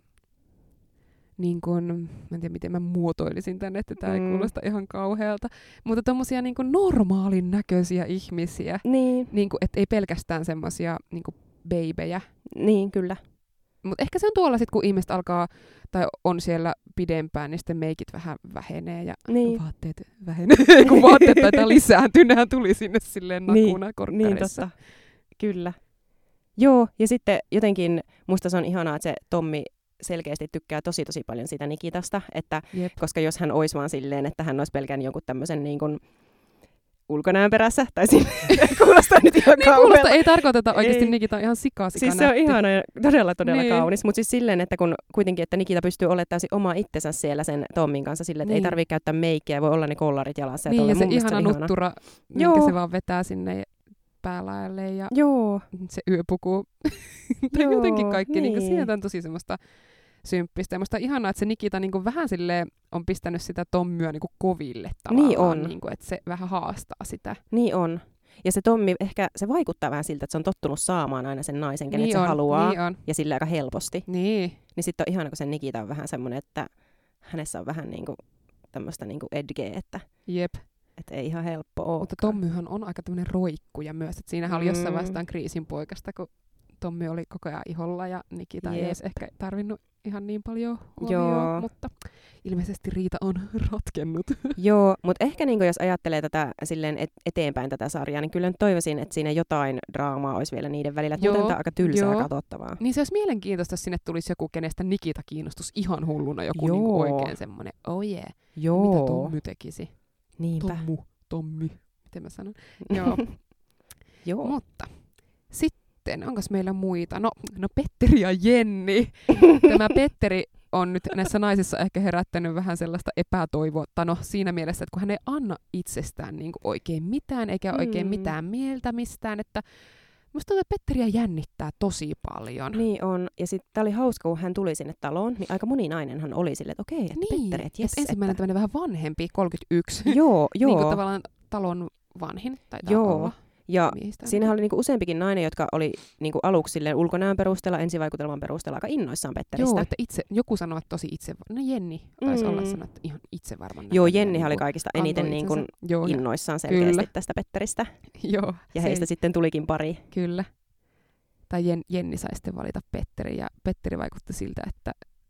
niin kuin, mä en tiedä miten mä muotoilisin tänne, että tää Mm. ei kuulosta ihan kauhealta, mutta tommosia niin kuin normaalin näköisiä ihmisiä. Niin, Niin kuin, et ei pelkästään semmosia niin kuin beibejä. niin kyllä. Mutta ehkä se on tuolla sit, kun ihmiset alkaa, tai on siellä pidempään, niin sitten meikit vähän vähenee ja Niin. vaatteet vähenee. Kun vaatteet taitaa lisääntyä, nehän tuli sinne silleen nakuna Niin, korkkarissa. totta. Kyllä. Joo, ja sitten jotenkin musta se on ihanaa, että se Tommi selkeästi tykkää tosi tosi paljon siitä Nikitasta, että Jep. koska jos hän olisi vaan silleen, että hän olisi pelkään jonkun tämmöisen niin kuin ulkonäön perässä, tai silleen, kuulostaa nyt ihan Niin kauhealta. kuulostaa, ei tarkoiteta oikeasti Ei. Nikita on ihan sikasika Siis se on nätti. ihana ja todella todella Niin. kaunis, mutta siis silleen, että kun kuitenkin, että Nikita pystyy olemaan täysin oma itsensä siellä sen Tommin kanssa silleen, että Niin. ei tarvitse käyttää meikkiä, voi olla ne kollarit jalassa. Niin, ja tolleen. se Mun mielestä ihana on nuttura, minkä Joo. se vaan vetää sinne päälaelle ja Joo, se yöpuku. tai Joo, jotenkin kaikki, niin. niin. Sieltä on tosi semmoista symppistä. Ja musta on ihanaa, että se Nikita niin vähän silleen on pistänyt sitä Tommyä niin koville tavallaan. Niin on. Niin kuin, että se vähän haastaa sitä. niin on. Ja se Tommi ehkä, se vaikuttaa vähän siltä, että se on tottunut saamaan aina sen naisen, kenet niin se on, haluaa. Niin on. Ja sillä aika helposti. Niin. Niin sitten on ihana, kun se Nikita on vähän semmoinen, että hänessä on vähän niinku tämmöistä niinku edgeä, että Jep. et ei ihan helppo ole. Mutta Tommyhan on aika tämmöinen roikkuja myös. Että siinähän oli jossain Mm. vaiheessa tämän kriisin poikasta, kun Tommy oli koko ajan iholla ja Nikita ei Jep. edes ehkä tarvinnut ihan niin paljon huomioon. Joo. Mutta ilmeisesti riita on ratkennut. Joo, mutta ehkä niinku jos ajattelee tätä silleen et- eteenpäin tätä sarjaa, niin kyllä nyt toivoisin, että siinä jotain draamaa olisi vielä niiden välillä. Että Joo, muuten tämä on aika tylsää joo. katsottavaa. Niin se olisi mielenkiintoista, jos sinne tulisi joku, kenestä Nikita kiinnostus ihan hulluna. Joku Joo. niinku oikein semmoinen, oh yeah, Joo, mitä Tommy tekisi. niinpä. Tommu, Tommy, miten mä sanon. Joo, Joo. mutta sitten, onko meillä muita? No, no Petteri ja Jenni. Tämä Petteri on nyt näissä naisissa ehkä herättänyt vähän sellaista epätoivoa. No siinä mielessä, että kun hän ei anna itsestään niin kuin oikein mitään, eikä Mm. oikein mitään mieltä mistään, että musta tuota Petteriä jännittää tosi paljon. Niin on. Ja sitten tämä oli hauska, kun hän tuli sinne taloon, niin aika moni nainenhan oli silleen, että okei, että Niin, Petteri, että jes, et ensimmäinen että... tämmöinen vähän vanhempi, kolmekymmentäyksi. Joo, joo. Niin kuin tavallaan talon vanhin taitaa Joo. olla. Ja miehistä. siinä oli niinku useampikin nainen, jotka oli niinku aluksi silleen ulkonäön perusteella, ensivaikutelman perusteella aika innoissaan Petteristä. Joo, että itse, joku sanoi, että tosi itse, no Jenni taisi Mm. olla sanonut, että ihan itse varmaan. Joo, näköinen, Jennihän oli niinku kaikista antoi eniten niin kuin itsensä. Joo, ja- innoissaan selkeästi Kyllä. tästä Petteristä. Joo, Ja se heistä ei- sitten tulikin pari. Kyllä. Tai Jen, Jenni sai sitten valita Petteri, ja Petteri vaikutti siltä, että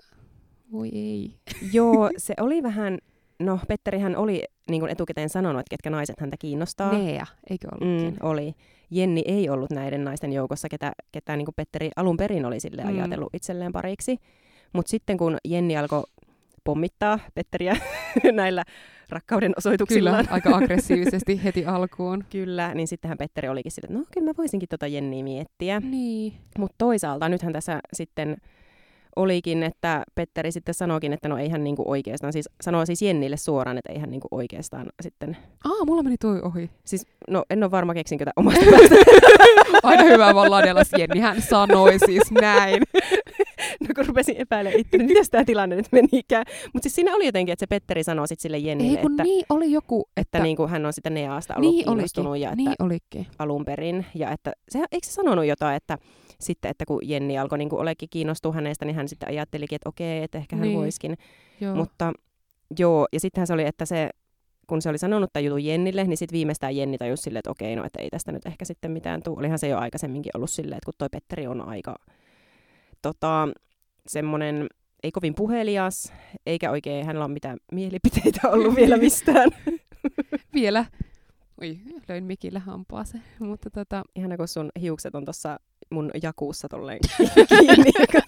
voi ei. Joo, se oli vähän, no Petterihän oli niin kuin etukäteen sanonut, että ketkä naiset häntä kiinnostaa. Nea, eikö ollutkin? Mm, oli. Jenni ei ollut näiden naisten joukossa, ketä, ketä niin kuin Petteri alun perin oli sille Mm. ajatellut itselleen pariksi. Mutta sitten kun Jenni alkoi pommittaa Petteriä näillä rakkauden Kyllä, osoituksillaan, aika aggressiivisesti heti alkuun. Kyllä, niin sittenhän Petteri olikin sille, että no kyllä mä voisinkin tota Jenniä miettiä. Niin. Mutta toisaalta nythän tässä sitten olikin, että Petteri sitten sanoikin, että no ei hän niinku oikeastaan, siis sanoo siis Jennille suoraan, että ei hän niinku oikeastaan sitten, Aa, mulla meni toi ohi. siis no en ole varma keksinkö tämän omasta päästä. Aina hyvä vaan ladella, Jenni hän sanoi siis näin. no kun rupesin epäilemään itse, niin mitäs tämä tilanne nyt menikään. Mutta siis siinä oli jotenkin, että se Petteri sanoi sitten sille Jennille, Ei kun että, niin oli joku. että, että niin kuin hän on sitä Neasta ollut niin kiinnostunut olikin, ja että niin olikin. alun perin. Ja että, se, eikö se sanonut jotain, että sitten, että kun Jenni alkoi niin kuin olekin kiinnostua hänestä, niin hän sitten ajattelikin, että okei, että ehkä hän niin. voisikin. Joo. Mutta joo, ja sittenhän se oli, että se, kun se oli sanonut tämän jutun Jennille, niin sitten viimeistään Jenni tajusi silleen, että okei, no että ei tästä nyt ehkä sitten mitään tule. Olihan se jo aikaisemminkin ollut silleen, että kun toi Petteri on aika tota, semmoinen, ei kovin puhelias, eikä oikein hänellä ole mitään mielipiteitä ollut vielä mistään. Vielä. Oi, löin mikillä hampaaseen. Mutta tota... Ihana, kun sun hiukset on tuossa mun jakuussa tolleen kiinni.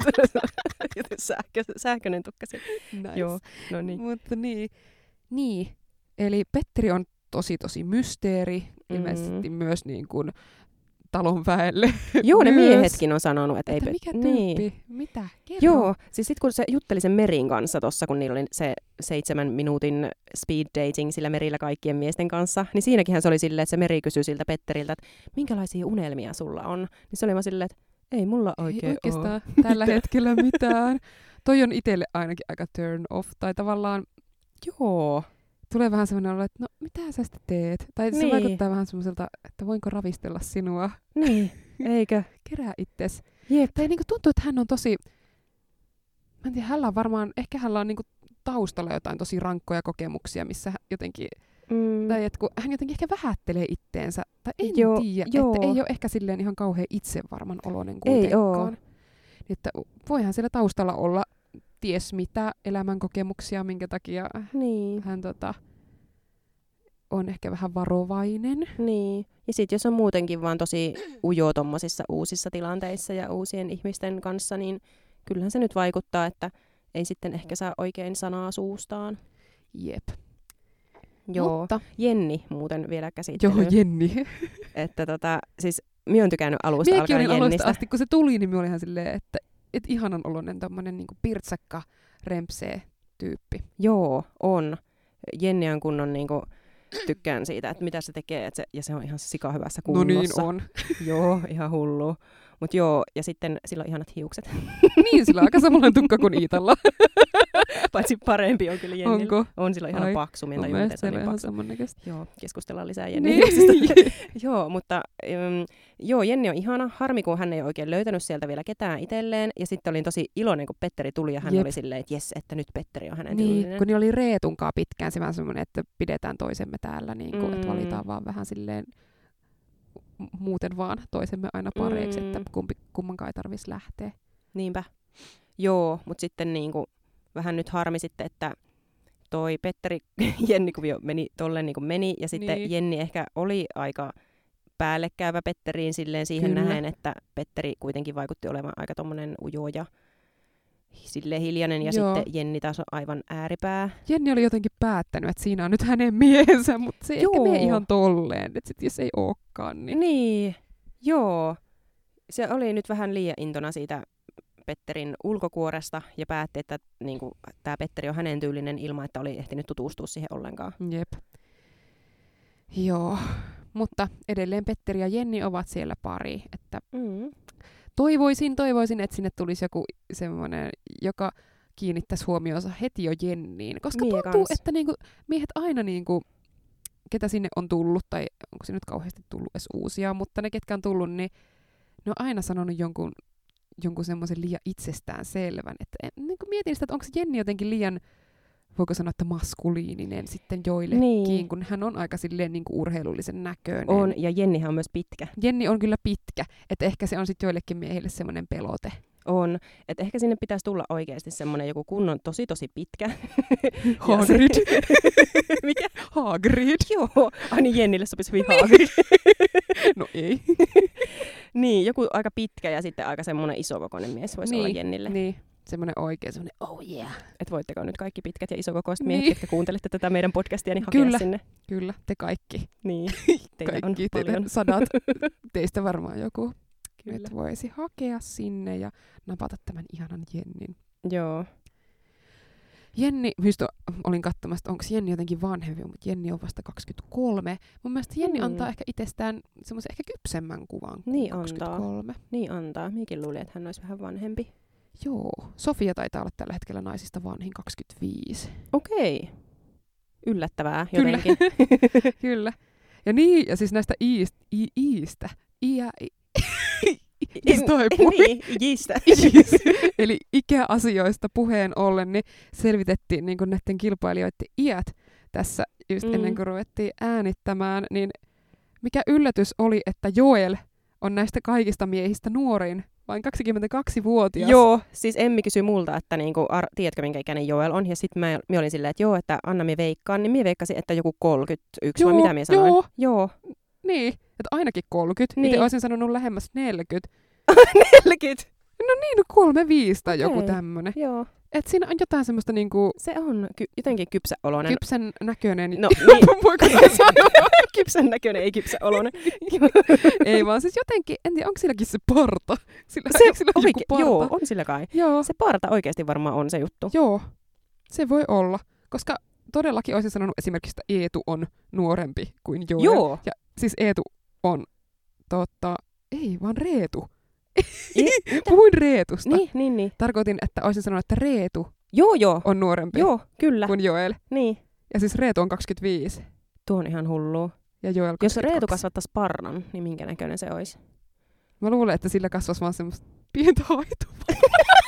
Sähkö, sähköinen tukkasi. Nice. Joo, no niin. Mutta niin. Niin. Eli Petteri on tosi tosi mysteeri. Mm-hmm. Ilmeisesti myös niin kuin talon väelle. Joo, ne miehetkin on sanonut, että, että ei... mikä tyyppi? Niin. Mitä? Kerro. Joo, siis sitten kun se jutteli sen Merin kanssa tossa, kun niillä oli se seitsemän minuutin speed dating sillä Merillä kaikkien miesten kanssa, niin siinäkinhän se oli silleen, että se Meri kysyi siltä Petteriltä, että minkälaisia unelmia sulla on? Niin se oli vaan silleen, että ei mulla oikein ei oikeastaan ole. tällä hetkellä mitään. Toi on itselle ainakin aika turn off, tai tavallaan... Joo. Tulee vähän semmoinen olo, että no mitä sä sitten teet? Tai se niin. vaikuttaa vähän semmoiselta, että voinko ravistella sinua? Niin, eikö? Kerää itses. Jep. Tai niinku tuntuu, että hän on tosi... Mä en tiedä, hänellä on varmaan, ehkä hänellä on niinku taustalla jotain tosi rankkoja kokemuksia, missä jotenkin... Mm. Tai että kun hän jotenkin ehkä vähättelee itteensä. Tai en joo, tiedä, joo. että ei ole ehkä silleen ihan kauhean itsevarman oloinen kuitenkaan. Niin, että voihan siellä taustalla olla ties mitä elämänkokemuksia, minkä takia niin. hän tota, on ehkä vähän varovainen. Niin. Ja sitten jos on muutenkin vaan tosi ujo tommosissa uusissa tilanteissa ja uusien ihmisten kanssa, niin kyllähän se nyt vaikuttaa, että ei sitten ehkä saa oikein sanaa suustaan. Jep. Joo. Mutta. Jenni muuten vielä käsittelyyn. Joo, Jenni. Että tota, siis minä olen tykännyt alusta Miekin alkaen olin Jennistä. alusta asti, kun se tuli, niin minä olin ihan silleen, että et ihanan oloinen tommonen niinku pirtsakka, rempsee tyyppi. Joo, on. Jenni on kunnon niinku, tykkään siitä, että mitä se tekee, että se, ja se on ihan sika hyvässä kunnossa. No niin on. Joo, ihan hullu. Mut joo, ja sitten sillä on ihanat hiukset. Niin, sillä on aika samanlainen tukka kuin Iitalla. Paitsi parempi on kyllä Jennillä. Onko? On, sillä on ihana paksu. Mun mielestä se on ihan samannäköistä. Joo, keskustellaan lisää Jennin hiuksista. Joo, mutta um, joo, Jenni on ihana. Harmi, kun hän ei oikein löytänyt sieltä vielä ketään itselleen. Ja sitten olin tosi iloinen, kun Petteri tuli ja hän Jep. oli silleen, että jes, että nyt Petteri on hänen niin, tyylinen. Kun niin oli Reetunkaan pitkään se vähän semmoinen, että pidetään toisemme täällä, niin kun, mm. että valitaan vaan vähän silleen muuten vaan toisemme aina pareiksi, mm. että kumpi, kummankaan ei tarvitsisi lähteä. Niinpä. Joo, mutta sitten niinku, vähän nyt harmi sitten, että toi Petteri, Jenni-kuvio meni tolleen niin kuin meni, ja sitten niin. Jenni ehkä oli aika päällekkäyvä Petteriin silleen siihen Kyllä. nähen, että Petteri kuitenkin vaikutti olevan aika tommonen ujo ja silleen hiljainen, ja Joo. sitten Jenni taas on aivan ääripää. Jenni oli jotenkin päättänyt, että siinä on nyt hänen miehensä, mutta se ei Joo. ehkä mene ihan tolleen, että sit jos ei olekaan. Niin. niin, Joo. Se oli nyt vähän liian intona siitä Petterin ulkokuoresta ja päätti, että niin tämä Petteri on hänen tyylinen ilman, että oli ehtinyt tutustua siihen ollenkaan. Jep. Joo, mutta edelleen Petteri ja Jenni ovat siellä pari. Että mm. toivoisin, toivoisin, että sinne tulisi joku semmoinen, joka kiinnittäisi huomionsa heti jo Jenniin. Koska Mie tuntuu, kans. että niinku, miehet aina, niinku, ketä sinne on tullut, tai onko se nyt kauheasti tullut edes uusia, mutta ne, ketkä on tullut, niin ne on aina sanonut jonkun jonkun semmoisen liian itsestään selvän. Että niin mietin sitä, että onko se Jenni jotenkin liian, voiko sanoa, että maskuliininen sitten joillekin, niin. kun hän on aika silleen niin kuin urheilullisen näköinen. On, ja Jennihän on myös pitkä. Jenni on kyllä pitkä, että ehkä se on sitten joillekin miehille semmoinen pelote. On, että ehkä sinne pitäisi tulla oikeasti semmoinen joku kunnon tosi tosi pitkä. Hagrid. Mikä? Hagrid. Joo, aina Jennille sopisi hyvin Hagrid. No ei. Niin, joku aika pitkä ja sitten aika semmoinen isokokoinen mies voisi niin, olla Jennille. Niin, semmoinen oikein semmoinen oh yeah. Että voitteko nyt kaikki pitkät ja isokokoiset miehet, niin. jotka kuuntelette tätä meidän podcastia, niin hakea kyllä, sinne. Kyllä, te kaikki. Niin, teillä kaikki, on paljon. Sadat. Teistä varmaan joku. Että voisi hakea sinne ja napata tämän ihanan Jennin. Joo. Jenni, mistä olin katsomassa, onko Jenni jotenkin vanhempi, mutta Jenni on vasta kaksikymmentäkolme. Mun mielestä Jenni mm. antaa ehkä itsestään semmoisen ehkä kypsemmän kuvan kuin niin kaksikymmentäkolme. Antaa. Niin antaa. Minäkin luulin, että hän olisi vähän vanhempi. Joo, Sofia taitaa olla tällä hetkellä naisista vanhin kaksikymmentäviisi. Okei. Yllättävää Kyllä. jotenkin. Kyllä. Ja niin, ja siis näistä iistä, i, iistä, iä, i, Niin, jistä. Eli ikäasioista puheen ollen, niin selvitettiin niin näiden kilpailijoiden iät tässä just Mm. ennen kuin ruvettiin äänittämään, niin mikä yllätys oli, että Joel on näistä kaikista miehistä nuorin, vain kaksikymmentäkaksivuotias. Joo, siis Emmi kysyi multa, että niinku, ar- tiedätkö minkä ikäinen Joel on, ja sitten mä, mä olin silleen, että joo, että anna me veikkaan, niin mä veikkasin, että joku kolmekymmentäyksi, Joo, vai mitä mä sanoin? joo. Joo. Niin, että ainakin kolmekymmentä. Niin. Itse olisin sanonut lähemmäs neljäkymmentä. neljäkymmentä. No niin, no kolme viisi tai joku Okei. tämmönen. Joo. Että siinä on jotain semmoista niinku Se on ky- jotenkin kypsäoloinen. kypsän näköinen. No niin, Voiko näin sanoa? kypsän näköinen, ei kypsäoloinen. Ei vaan siis jotenkin, en tiedä, onko silläkin se parta? Sillä, Se eikö sillä ole joku oike- parta? joo, on sillä kai. Joo. Se parta oikeasti varmaan on se juttu. Joo, se voi olla. Koska todellakin olisin sanonut esimerkiksi, että Eetu on nuorempi kuin Joel. Joo. Ja siis Eetu on, totta, ei vaan Reetu. I- Puhuin Reetusta. Niin, niin, niin. Tarkoitin, että olisin sanonut, että Reetu Joo, joo. on nuorempi Joo, kyllä. kuin Joel. Niin. Ja siis Reetu on kaksikymmentäviisi Tuo on ihan hullua. ja Joel Jos kaksikymmentäkaksi. Reetu kasvattaisi parran, niin minkä näköinen se olisi? Mä luulen, että sillä kasvaisi vaan semmoista pientä haituvaa.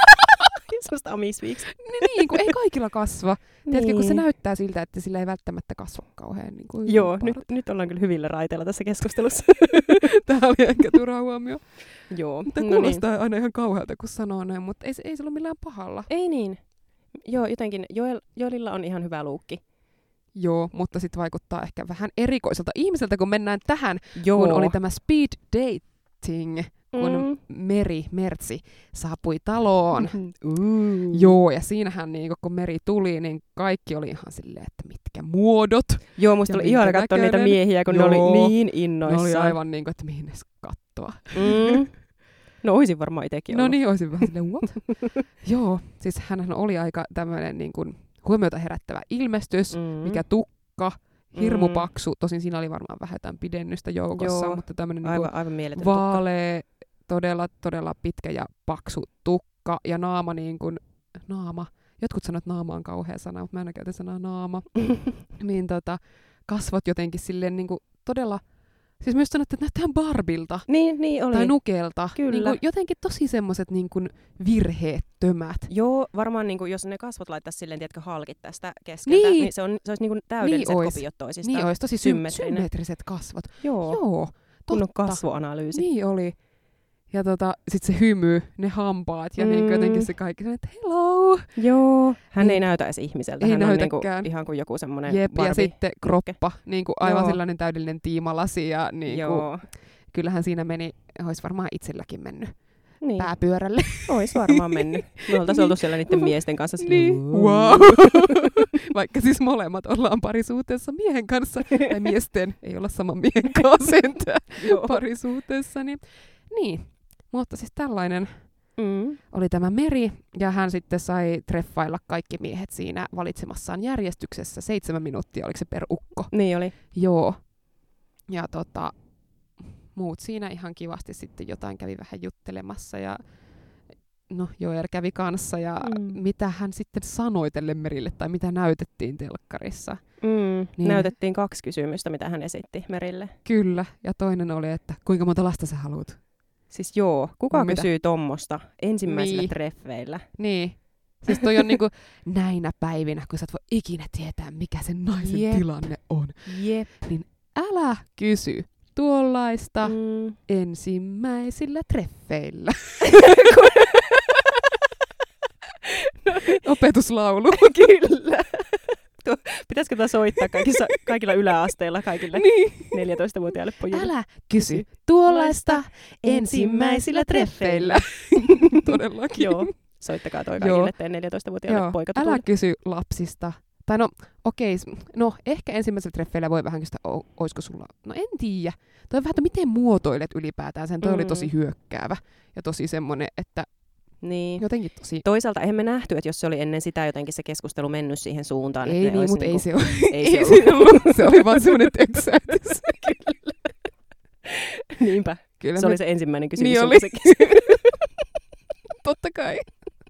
Semmoista amisviiksi. niin, niin, kun ei kaikilla kasva. Tiedätkö, kun se näyttää siltä, että sillä ei välttämättä kasva kauhean niin kuin Joo, parta. nyt, nyt ollaan kyllä hyvillä raiteilla tässä keskustelussa. Tämä oli ehkä turha huomio. Joo, Tämä no kuulostaa niin. aina ihan kauhealta, kun sanoo näin, mutta ei, se- ei se ole millään pahalla. Ei niin. Joo, jotenkin Joel, Joelilla on ihan hyvä luukki. Joo, mutta sitten vaikuttaa ehkä vähän erikoiselta ihmiseltä, kun mennään tähän, Joo. kun oli tämä speed dating, kun Mm. Meri, Mertsi saapui taloon. Mm. Joo, ja siinähän niin, kun Meri tuli, niin kaikki oli ihan silleen, että mitkä muodot. Joo, musta Ja oli ihana minkä katsoa niitä näköinen. miehiä, kun Joo. ne oli niin Ne innoissaan. oli aivan niin kuin, että mihin edes kattoa. Mm. No oisin varmaan itsekin No ollut. niin, olisin vähän silleen, what? Joo, siis hänhän oli aika tämmöinen niin kuin huomiota herättävä ilmestys, Mm. mikä tukka, hirmu Mm. paksu. Tosin siinä oli varmaan vähän jotain pidennystä joukossa, Joo. mutta tämmöinen niin Aivan, kuin aivan mieletön tukka. vaalea, todella, todella pitkä ja paksu tukka ja naama niin kuin, naama. Jotkut sanoo, että naama on kauhea sana, mutta mä en käytä sanaa naama. niin tota, kasvot jotenkin silleen niin kuin todella, siis myös sanottu, että näyttää Barbilta. Niin, niin oli. Tai nukelta. Kyllä. Niin kuin jotenkin tosi semmoiset niin kuin virheettömät. Joo, varmaan niin kuin, jos ne kasvot laittaisi silleen, tiedätkö, halkit tästä keskeltä, Niin. niin, se, on, se olisi niin kuin täydelliset Niin ois. kopiot toisistaan. Niin olisi tosi sy- Symmetrinen. symmetriset kasvot. Joo, Joo, kunnon totta. kasvoanalyysi. Niin oli. Ja tota, sit se hymy, ne hampaat ja mm. niin Mm. jotenkin se kaikki, että hello. Joo. Hän Niin. ei näytä edes ihmiseltä. Ei Hän on niin kuin, näytäkään. ihan kuin joku semmoinen Jep, Barbie. ja sitten kroppa, niin kuin aivan Joo. sellainen täydellinen tiimalasi ja niin kuin, Joo. kyllähän siinä meni, olisi varmaan itselläkin mennyt Niin, pääpyörälle. ois varmaan mennyt. Me oltaisiin oltu siellä niiden miesten kanssa. silleen, Niin, wow. Vaikka siis molemmat ollaan parisuhteessa miehen kanssa, tai miesten, ei olla saman miehen kanssa sentään Joo. parisuhteessa. Niin, niin, mutta siis tällainen Mm. oli tämä Meri, ja hän sitten sai treffailla kaikki miehet siinä valitsemassaan järjestyksessä. Seitsemän minuuttia, oliko se per ukko? Niin oli. Joo. Ja tota, muut siinä ihan kivasti sitten jotain kävi vähän juttelemassa, ja no Joel kävi kanssa, ja Mm. mitä hän sitten sanoi tälle Merille, tai mitä näytettiin telkkarissa. Mm. Niin. Näytettiin kaksi kysymystä, mitä hän esitti Merille. Kyllä, ja toinen oli, että kuinka monta lasta sä haluat? Siis joo, kuka Mitä? kysyy tommosta ensimmäisillä Niin. treffeillä? Niin. Siis toi on niinku näinä päivinä, kun sä et voi ikinä tietää, mikä sen naisen Jep. tilanne on. Jep. Älä kysy tuollaista Mm. ensimmäisillä treffeillä. Opetuslaulu. Kyllä. Tuo, pitäisikö tämä soittaa kaikissa, kaikilla yläasteilla kaikille niin. neljätoistavuotiaille pojille? Älä kysy tuollaista ensimmäisillä treffeillä. Todellakin. Joo, soittakaa toi Joo. kaikille teidän neljätoistavuotiaille Joo. poikatutuille. Älä kysy lapsista. Tai no, okei, s- no ehkä ensimmäisellä treffeillä voi vähän kysyä, o- oisko sulla, no en tiedä. Toi on vähän, että miten muotoilet ylipäätään sen. Toi mm. oli Mm. tosi hyökkäävä ja tosi semmonen, että Niin. jotenkin tosi... Toisaalta eihän me nähty, että jos se oli ennen sitä jotenkin se keskustelu mennyt siihen suuntaan. Ei että ne niin, olisi mutta ei niinku- se ole. Ei se Ei ollut. se ollut. Se oli vaan semmoinen töksäytys. Niinpä. Kyllä Se me- oli se ensimmäinen kysymys. Niin jonka oli. se kysyi. Totta kai.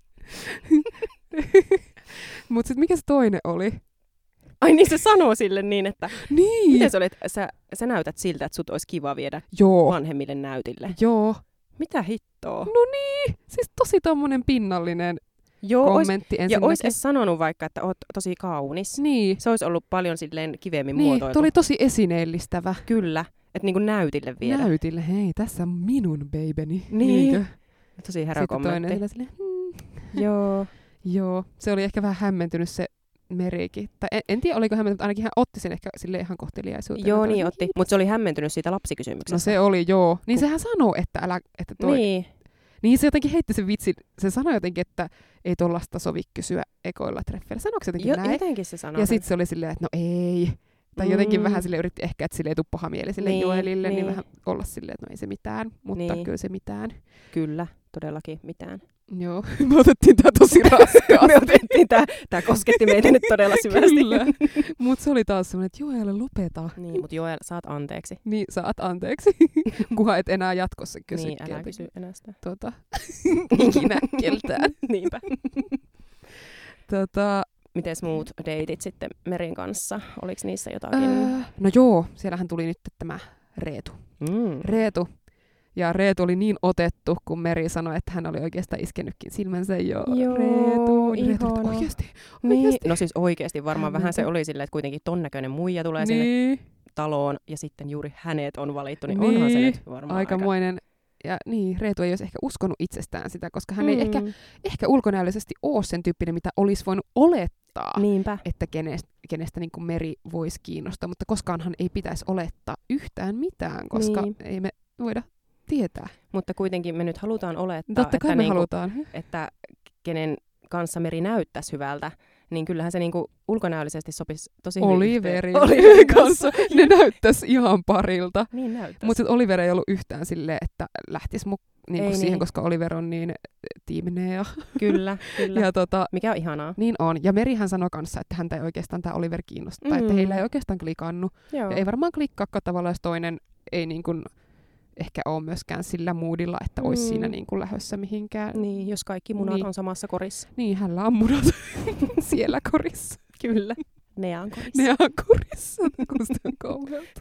Mut sit mikä se toinen oli? Ai niin, se sanoo sille niin, että Niin! miten sä, olet, sä, sä näytät siltä, että sut olisi kiva viedä Joo. vanhemmille näytille. Joo. Mitä hittoa? No niin! Siis tosi tommonen pinnallinen Joo, kommentti ois, ja ensinnäkin. ois edes sanonut vaikka, että oot tosi kaunis. Niin. Se olisi ollut paljon silleen kivemmin Niin, muotoiltu. toi oli tosi esineellistävä. Kyllä, että niinku näytille vielä. Näytille, hei, tässä on minun babyni. Niin. Niinkö? Tosi härä Sitten toinen kommentti. sille, hmm. Joo. Joo, se oli ehkä vähän hämmentynyt se Merikin. Tai en, en tiedä, oliko hämmentynyt, mutta ainakin hän otti sen ehkä sille ihan kohteliaisuutena. Joo, niin otti. Mutta se oli hämmentynyt siitä lapsikysymyksestä. No se oli, joo. Niin Kun... sehän sanoo, että älä, että toi... Niin. Niin se jotenkin heitti sen vitsin. Se sanoi jotenkin, että ei tollasta sovi kysyä ekoilla treffeillä. Sanoiko se jotenkin Jo, näin? jotenkin se sanoi. Ja sitten se oli silleen, että no ei. Tai Mm. jotenkin vähän sille yritti ehkä, että sille ei tule paha mieli sille Niin, Joelille, niin. niin niin. vähän olla silleen, että no ei se mitään. Mutta Niin. kyllä se mitään. Kyllä, todellakin mitään. Joo, me otettiin tää tosi raskaasti. Me otettiin tää, tää kosketti meitä nyt todella syvästi. Kyllä. Mut se oli taas semmoinen, että Joel, lopeta. Niin, mut Joel, saat anteeksi. Niin, saat anteeksi. Kunhan et enää jatkossa kysy. Niin, älä kysy enää sitä. Tota, ikinä keltään. Niinpä. Tota, Mites muut deitit sitten Merin kanssa? Oliko niissä jotakin? öö, no joo, siellähän tuli nyt tämä Reetu. Mm. Reetu. Ja Reetu oli niin otettu, kun Meri sanoi, että hän oli oikeastaan iskenytkin silmänsä jo. Joo, Reetu. Niin Reetu, ihana. oikeasti, Niin, oikeasti. no siis oikeesti varmaan vähän se Hämmentä. oli silleen, että kuitenkin ton näköinen muija tulee sinne Niin, taloon ja sitten juuri hänet on valittu, niin, onhan se Niin, nyt varmaan aika... aikamoinen. Ja niin, Reetu ei olisi ehkä uskonut itsestään sitä, koska hän Mm. ei ehkä, ehkä ulkonäöllisesti ole sen tyyppinen, mitä olisi voinut olettaa. Niinpä. Että kenestä, kenestä niin kuin Meri voisi kiinnostaa, mutta koskaanhan ei pitäisi olettaa yhtään mitään, koska Niin. ei me voida tietää. Mutta kuitenkin me nyt halutaan olettaa, Totta kai että, me niinku, halutaan. että kenen kanssa Meri näyttäisi hyvältä, niin kyllähän se niinku ulkonäöllisesti sopisi tosi hyvin. Oliverin yhteen. Oliverin kanssa. Ne näyttäisi ihan parilta. Niin näyttäisi. Mutta sitten Oliver ei ollut yhtään silleen, että lähtisi mu- niinku Ei siihen, niin. koska Oliver on niin tiiminen. Ja, Kyllä, kyllä. ja tota, Mikä on ihanaa. niin on. Ja Merihän sanoi kanssa, että häntä ei oikeastaan tämä Oliver kiinnostaa. Mm. Että Mm. heillä ei oikeastaan klikannut. Joo. Ja ei varmaan klikkaakaan tavallaan, jos toinen ei niin kuin ehkä ole myöskään sillä moodilla, että olisi Mm. siinä niin kuin lähdössä mihinkään. Niin, jos kaikki munat Niin. on samassa korissa. Niin, hänellä on munat siellä korissa. Kyllä. Ne on korissa. Ne on korissa, kun on kauhealta.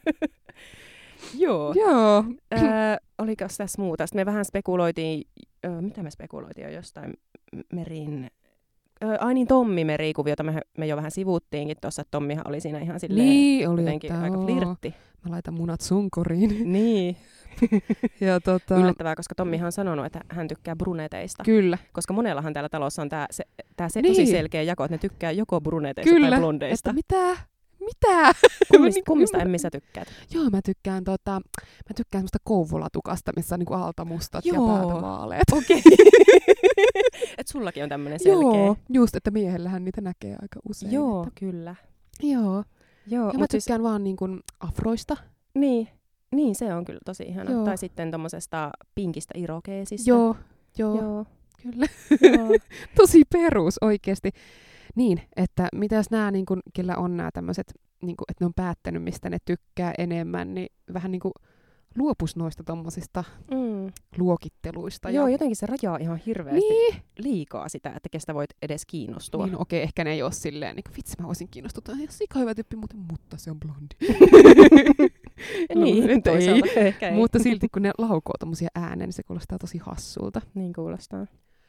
Joo. Joo. Öö, oliko tässä muuta? Sitten me vähän spekuloitiin, öö, mitä me spekuloitiin jo jostain Merin... Öö, ai niin, Tommi Meri-kuviota me, me jo vähän sivuttiinkin tuossa, että Tommihan oli siinä ihan silleen Niin, oli, jotenkin että aika oo, flirtti. mä laitan munat sun koriin. Niin. Ja tota, Yllättävää, koska Tommihan on sanonut, että hän tykkää bruneteista. kyllä, Koska monellahan täällä talossa on tää se, tää se Niin. tosi selkeä jako, että ne tykkää joko bruneteista kyllä. tai blondeista. Että mitä? Mitä? Kummista, Niin, kummista ymmärrän. Emmi sä tykkäät? Joo, mä tykkään, tota, mä tykkään semmoista kouvolatukasta, missä on niinku alta mustat ja Joo. päätä vaaleet. Okei. Et sullakin on tämmönen selkeä. Joo, just, että miehellähän niitä näkee aika usein. Joo, Että, kyllä. joo. Joo, Ja mä mut tykkään siis, vaan niin kuin afroista. niin, niin, se on kyllä tosi ihana. Joo. Tai sitten tommosesta pinkistä irokeesista. Joo, joo, joo. Joo. Kyllä. Joo. Tosi perus oikeesti. Niin, että mitäs nämä, niin kun, kellä on nämä tämmöiset, niin kun, että ne on päättänyt, mistä ne tykkää enemmän, niin vähän niin kuin luopus noista tommosista Mm. luokitteluista. Joo, ja... jotenkin se rajaa ihan hirveästi Niin, liikaa sitä, että kestä voit edes kiinnostua. niin okei, ehkä ne ei ole silleen, niin kuin, vitsi mä voisin kiinnostua, tämä on ihan sika hyvä tyyppi, mutta, mutta se on blondi. niin, Mutta ei. toisaalta ehkä ei. Mutta silti kun ne laukoo tommosia ääneen, niin se kuulostaa tosi hassulta. Niin kuulostaa.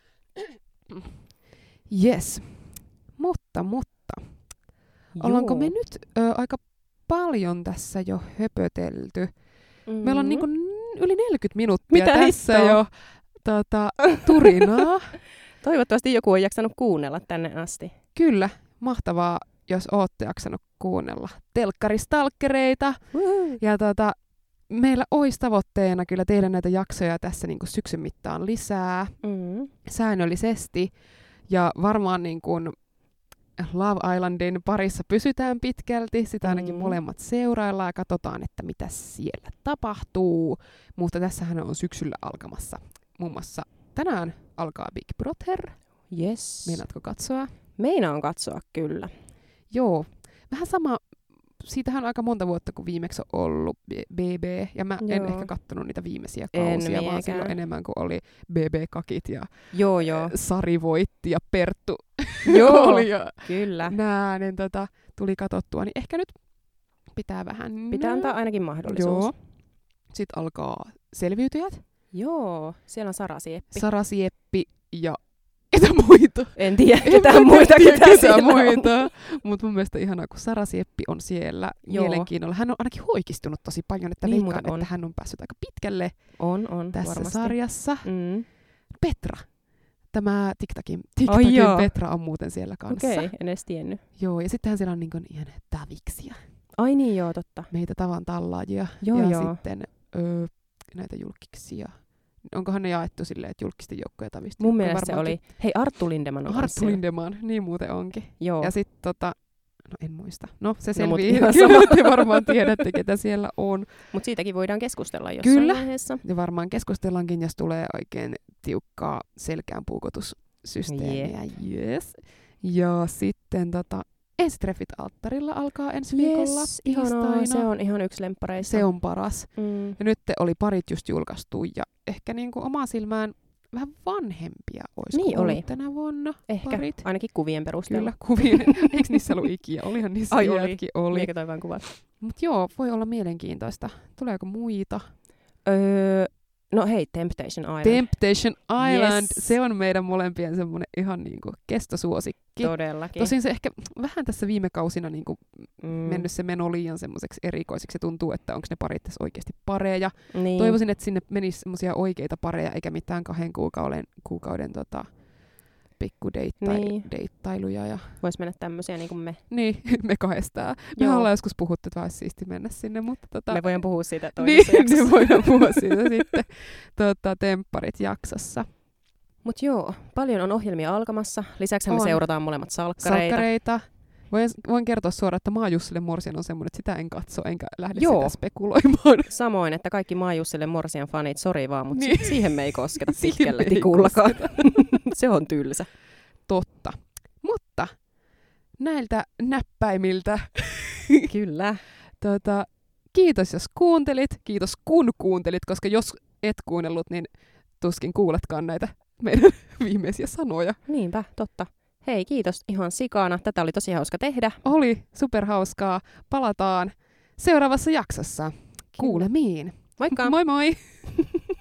Yes. Mutta, mutta. Ollaanko Joo. me nyt ö, aika paljon tässä jo höpötelty? Mm. Meillä on niinku n- yli neljäkymmentä minuuttia Mitä tässä hittoa? jo tota, turinaa. Toivottavasti joku on jaksanut kuunnella tänne asti. Kyllä, mahtavaa, jos ootte jaksanut kuunnella telkkaristalkkereita. Woohoo. Ja tota, meillä olisi tavoitteena kyllä tehdä näitä jaksoja tässä niinku syksyn mittaan lisää Mm. säännöllisesti. Ja varmaan niin kuin Love Islandin parissa pysytään pitkälti. Sitä ainakin Mm. molemmat seuraillaan ja katsotaan, että mitä siellä tapahtuu. Mutta tässähän on syksyllä alkamassa. Muun muassa tänään alkaa Big Brother. Yes. Meinaatko katsoa? Meinaan katsoa kyllä. Joo. Vähän sama. Siitähän on aika monta vuotta, kun viimeksi on ollut B B. Ja mä en Joo. ehkä kattonut niitä viimeisiä En kausia, vaan miekään. silloin enemmän kuin oli B B-kakit ja Joo, joo. Sari voitti ja Perttu, Joo, oli jo kyllä. nää, niin tota, tuli katsottua, niin ehkä nyt pitää vähän... Pitää antaa ainakin mahdollisuus. Joo. Sitten alkaa Selviytyjät. Joo, siellä on Sara Sieppi. Sara Sieppi ja ketä muita. En tiedä En ketään mä muita, tiedä, ketä, ketä siellä muita. Mutta mun mielestä ihanaa, kun Sara Sieppi on siellä Joo. mielenkiinnolla. Hän on ainakin hoikistunut tosi paljon, että Niin veikkaan, muuten on. että hän on päässyt aika pitkälle on. On, on, tässä varmasti. sarjassa. Mm. Petra. Tämä TikTokin, Ai TikTokin joo. Petra on muuten siellä kanssa. Okei, okay, en edes tiennyt. Joo, ja sittenhän siellä on niin kuin ihan taviksia. Ai niin, joo, totta. Meitä tavan tallaajia. Joo, ja joo. sitten öö, näitä julkkiksia. Onkohan ne jaettu silleen, että julkisten joukkoja tavista? Mun mielestä se oli... Hei, Arttu Lindeman on Arttu Lindeman, niin muuten onkin. Joo. Ja sitten tota, no en muista. No se No, mut selvii, ihan kyllä sama. te varmaan tiedätte, ketä siellä on. Mutta siitäkin voidaan keskustella jossain Kyllä. vaiheessa. Ja varmaan keskustellaankin, jos tulee oikein tiukkaa selkään puukotussysteemiä. Yes. Ja sitten tota, ensitreffit alttarilla alkaa ensi viikolla. Yes, ihanaa. tiistaina. Se on ihan yksi lemppareista. Se on paras. Mm. Ja nyt oli parit just julkaistu ja ehkä niinku omaa silmään vähän vanhempia olisiko Niin ollut oli. tänä vuonna Ehkä, parit. ainakin kuvien perusteella. Kyllä, kuvien. Eikö niissä ollut ikiä? Olihan niissä Ai oli. iätkin oli. Mikä toi vaan kuvat? Mut joo, voi olla mielenkiintoista. Tuleeko muita? Öö, no hei, Temptation Island. Temptation Island, Yes. se on meidän molempien semmoinen ihan niinku kestosuosikki. Todellakin. Tosin se ehkä vähän tässä viime kausina niinku mm. mennyt se meno liian semmoiseksi erikoiseiksi. Se tuntuu, että onko ne parit tässä oikeasti pareja. Niin. Toivoisin, että sinne menisi semmoisia oikeita pareja, eikä mitään kahden kuukauden, kuukauden tota, pikkudeittailuja. Ja... Vois mennä tämmöisiä niin kuin me. Niin, me kahdestaan. Me Joo. ollaan joskus puhuttu, että olisi siisti mennä sinne, mutta tota... Me voidaan puhua siitä niin, toisessa jaksossa. niin voidaan puhua siitä sitten tota, tempparit jaksossa. Mut joo, paljon on ohjelmia alkamassa. Lisäksi me On. seurataan molemmat salkkareita. Salkkareita. Voin, voin kertoa suoraan, että Maa Jussille Morsian on semmoinen, että sitä en katso, enkä lähde Joo. sitä spekuloimaan. Samoin, että kaikki Maajussille Morsian fanit, sori vaan, mutta Niin. niin. siihen me ei kosketa Siihen pitkällä me ei tikullakaan. Se on tylsä. Totta. Mutta näiltä näppäimiltä Kyllä. tota, kiitos jos kuuntelit, kiitos kun kuuntelit, koska jos et kuunnellut, niin tuskin kuuletkaan näitä meidän viimeisiä sanoja. Niinpä, totta. Hei, kiitos ihan sikana. Tätä oli tosi hauska tehdä. Oli superhauskaa. Palataan seuraavassa jaksossa. Kuulemiin. Moikka! Moi moi!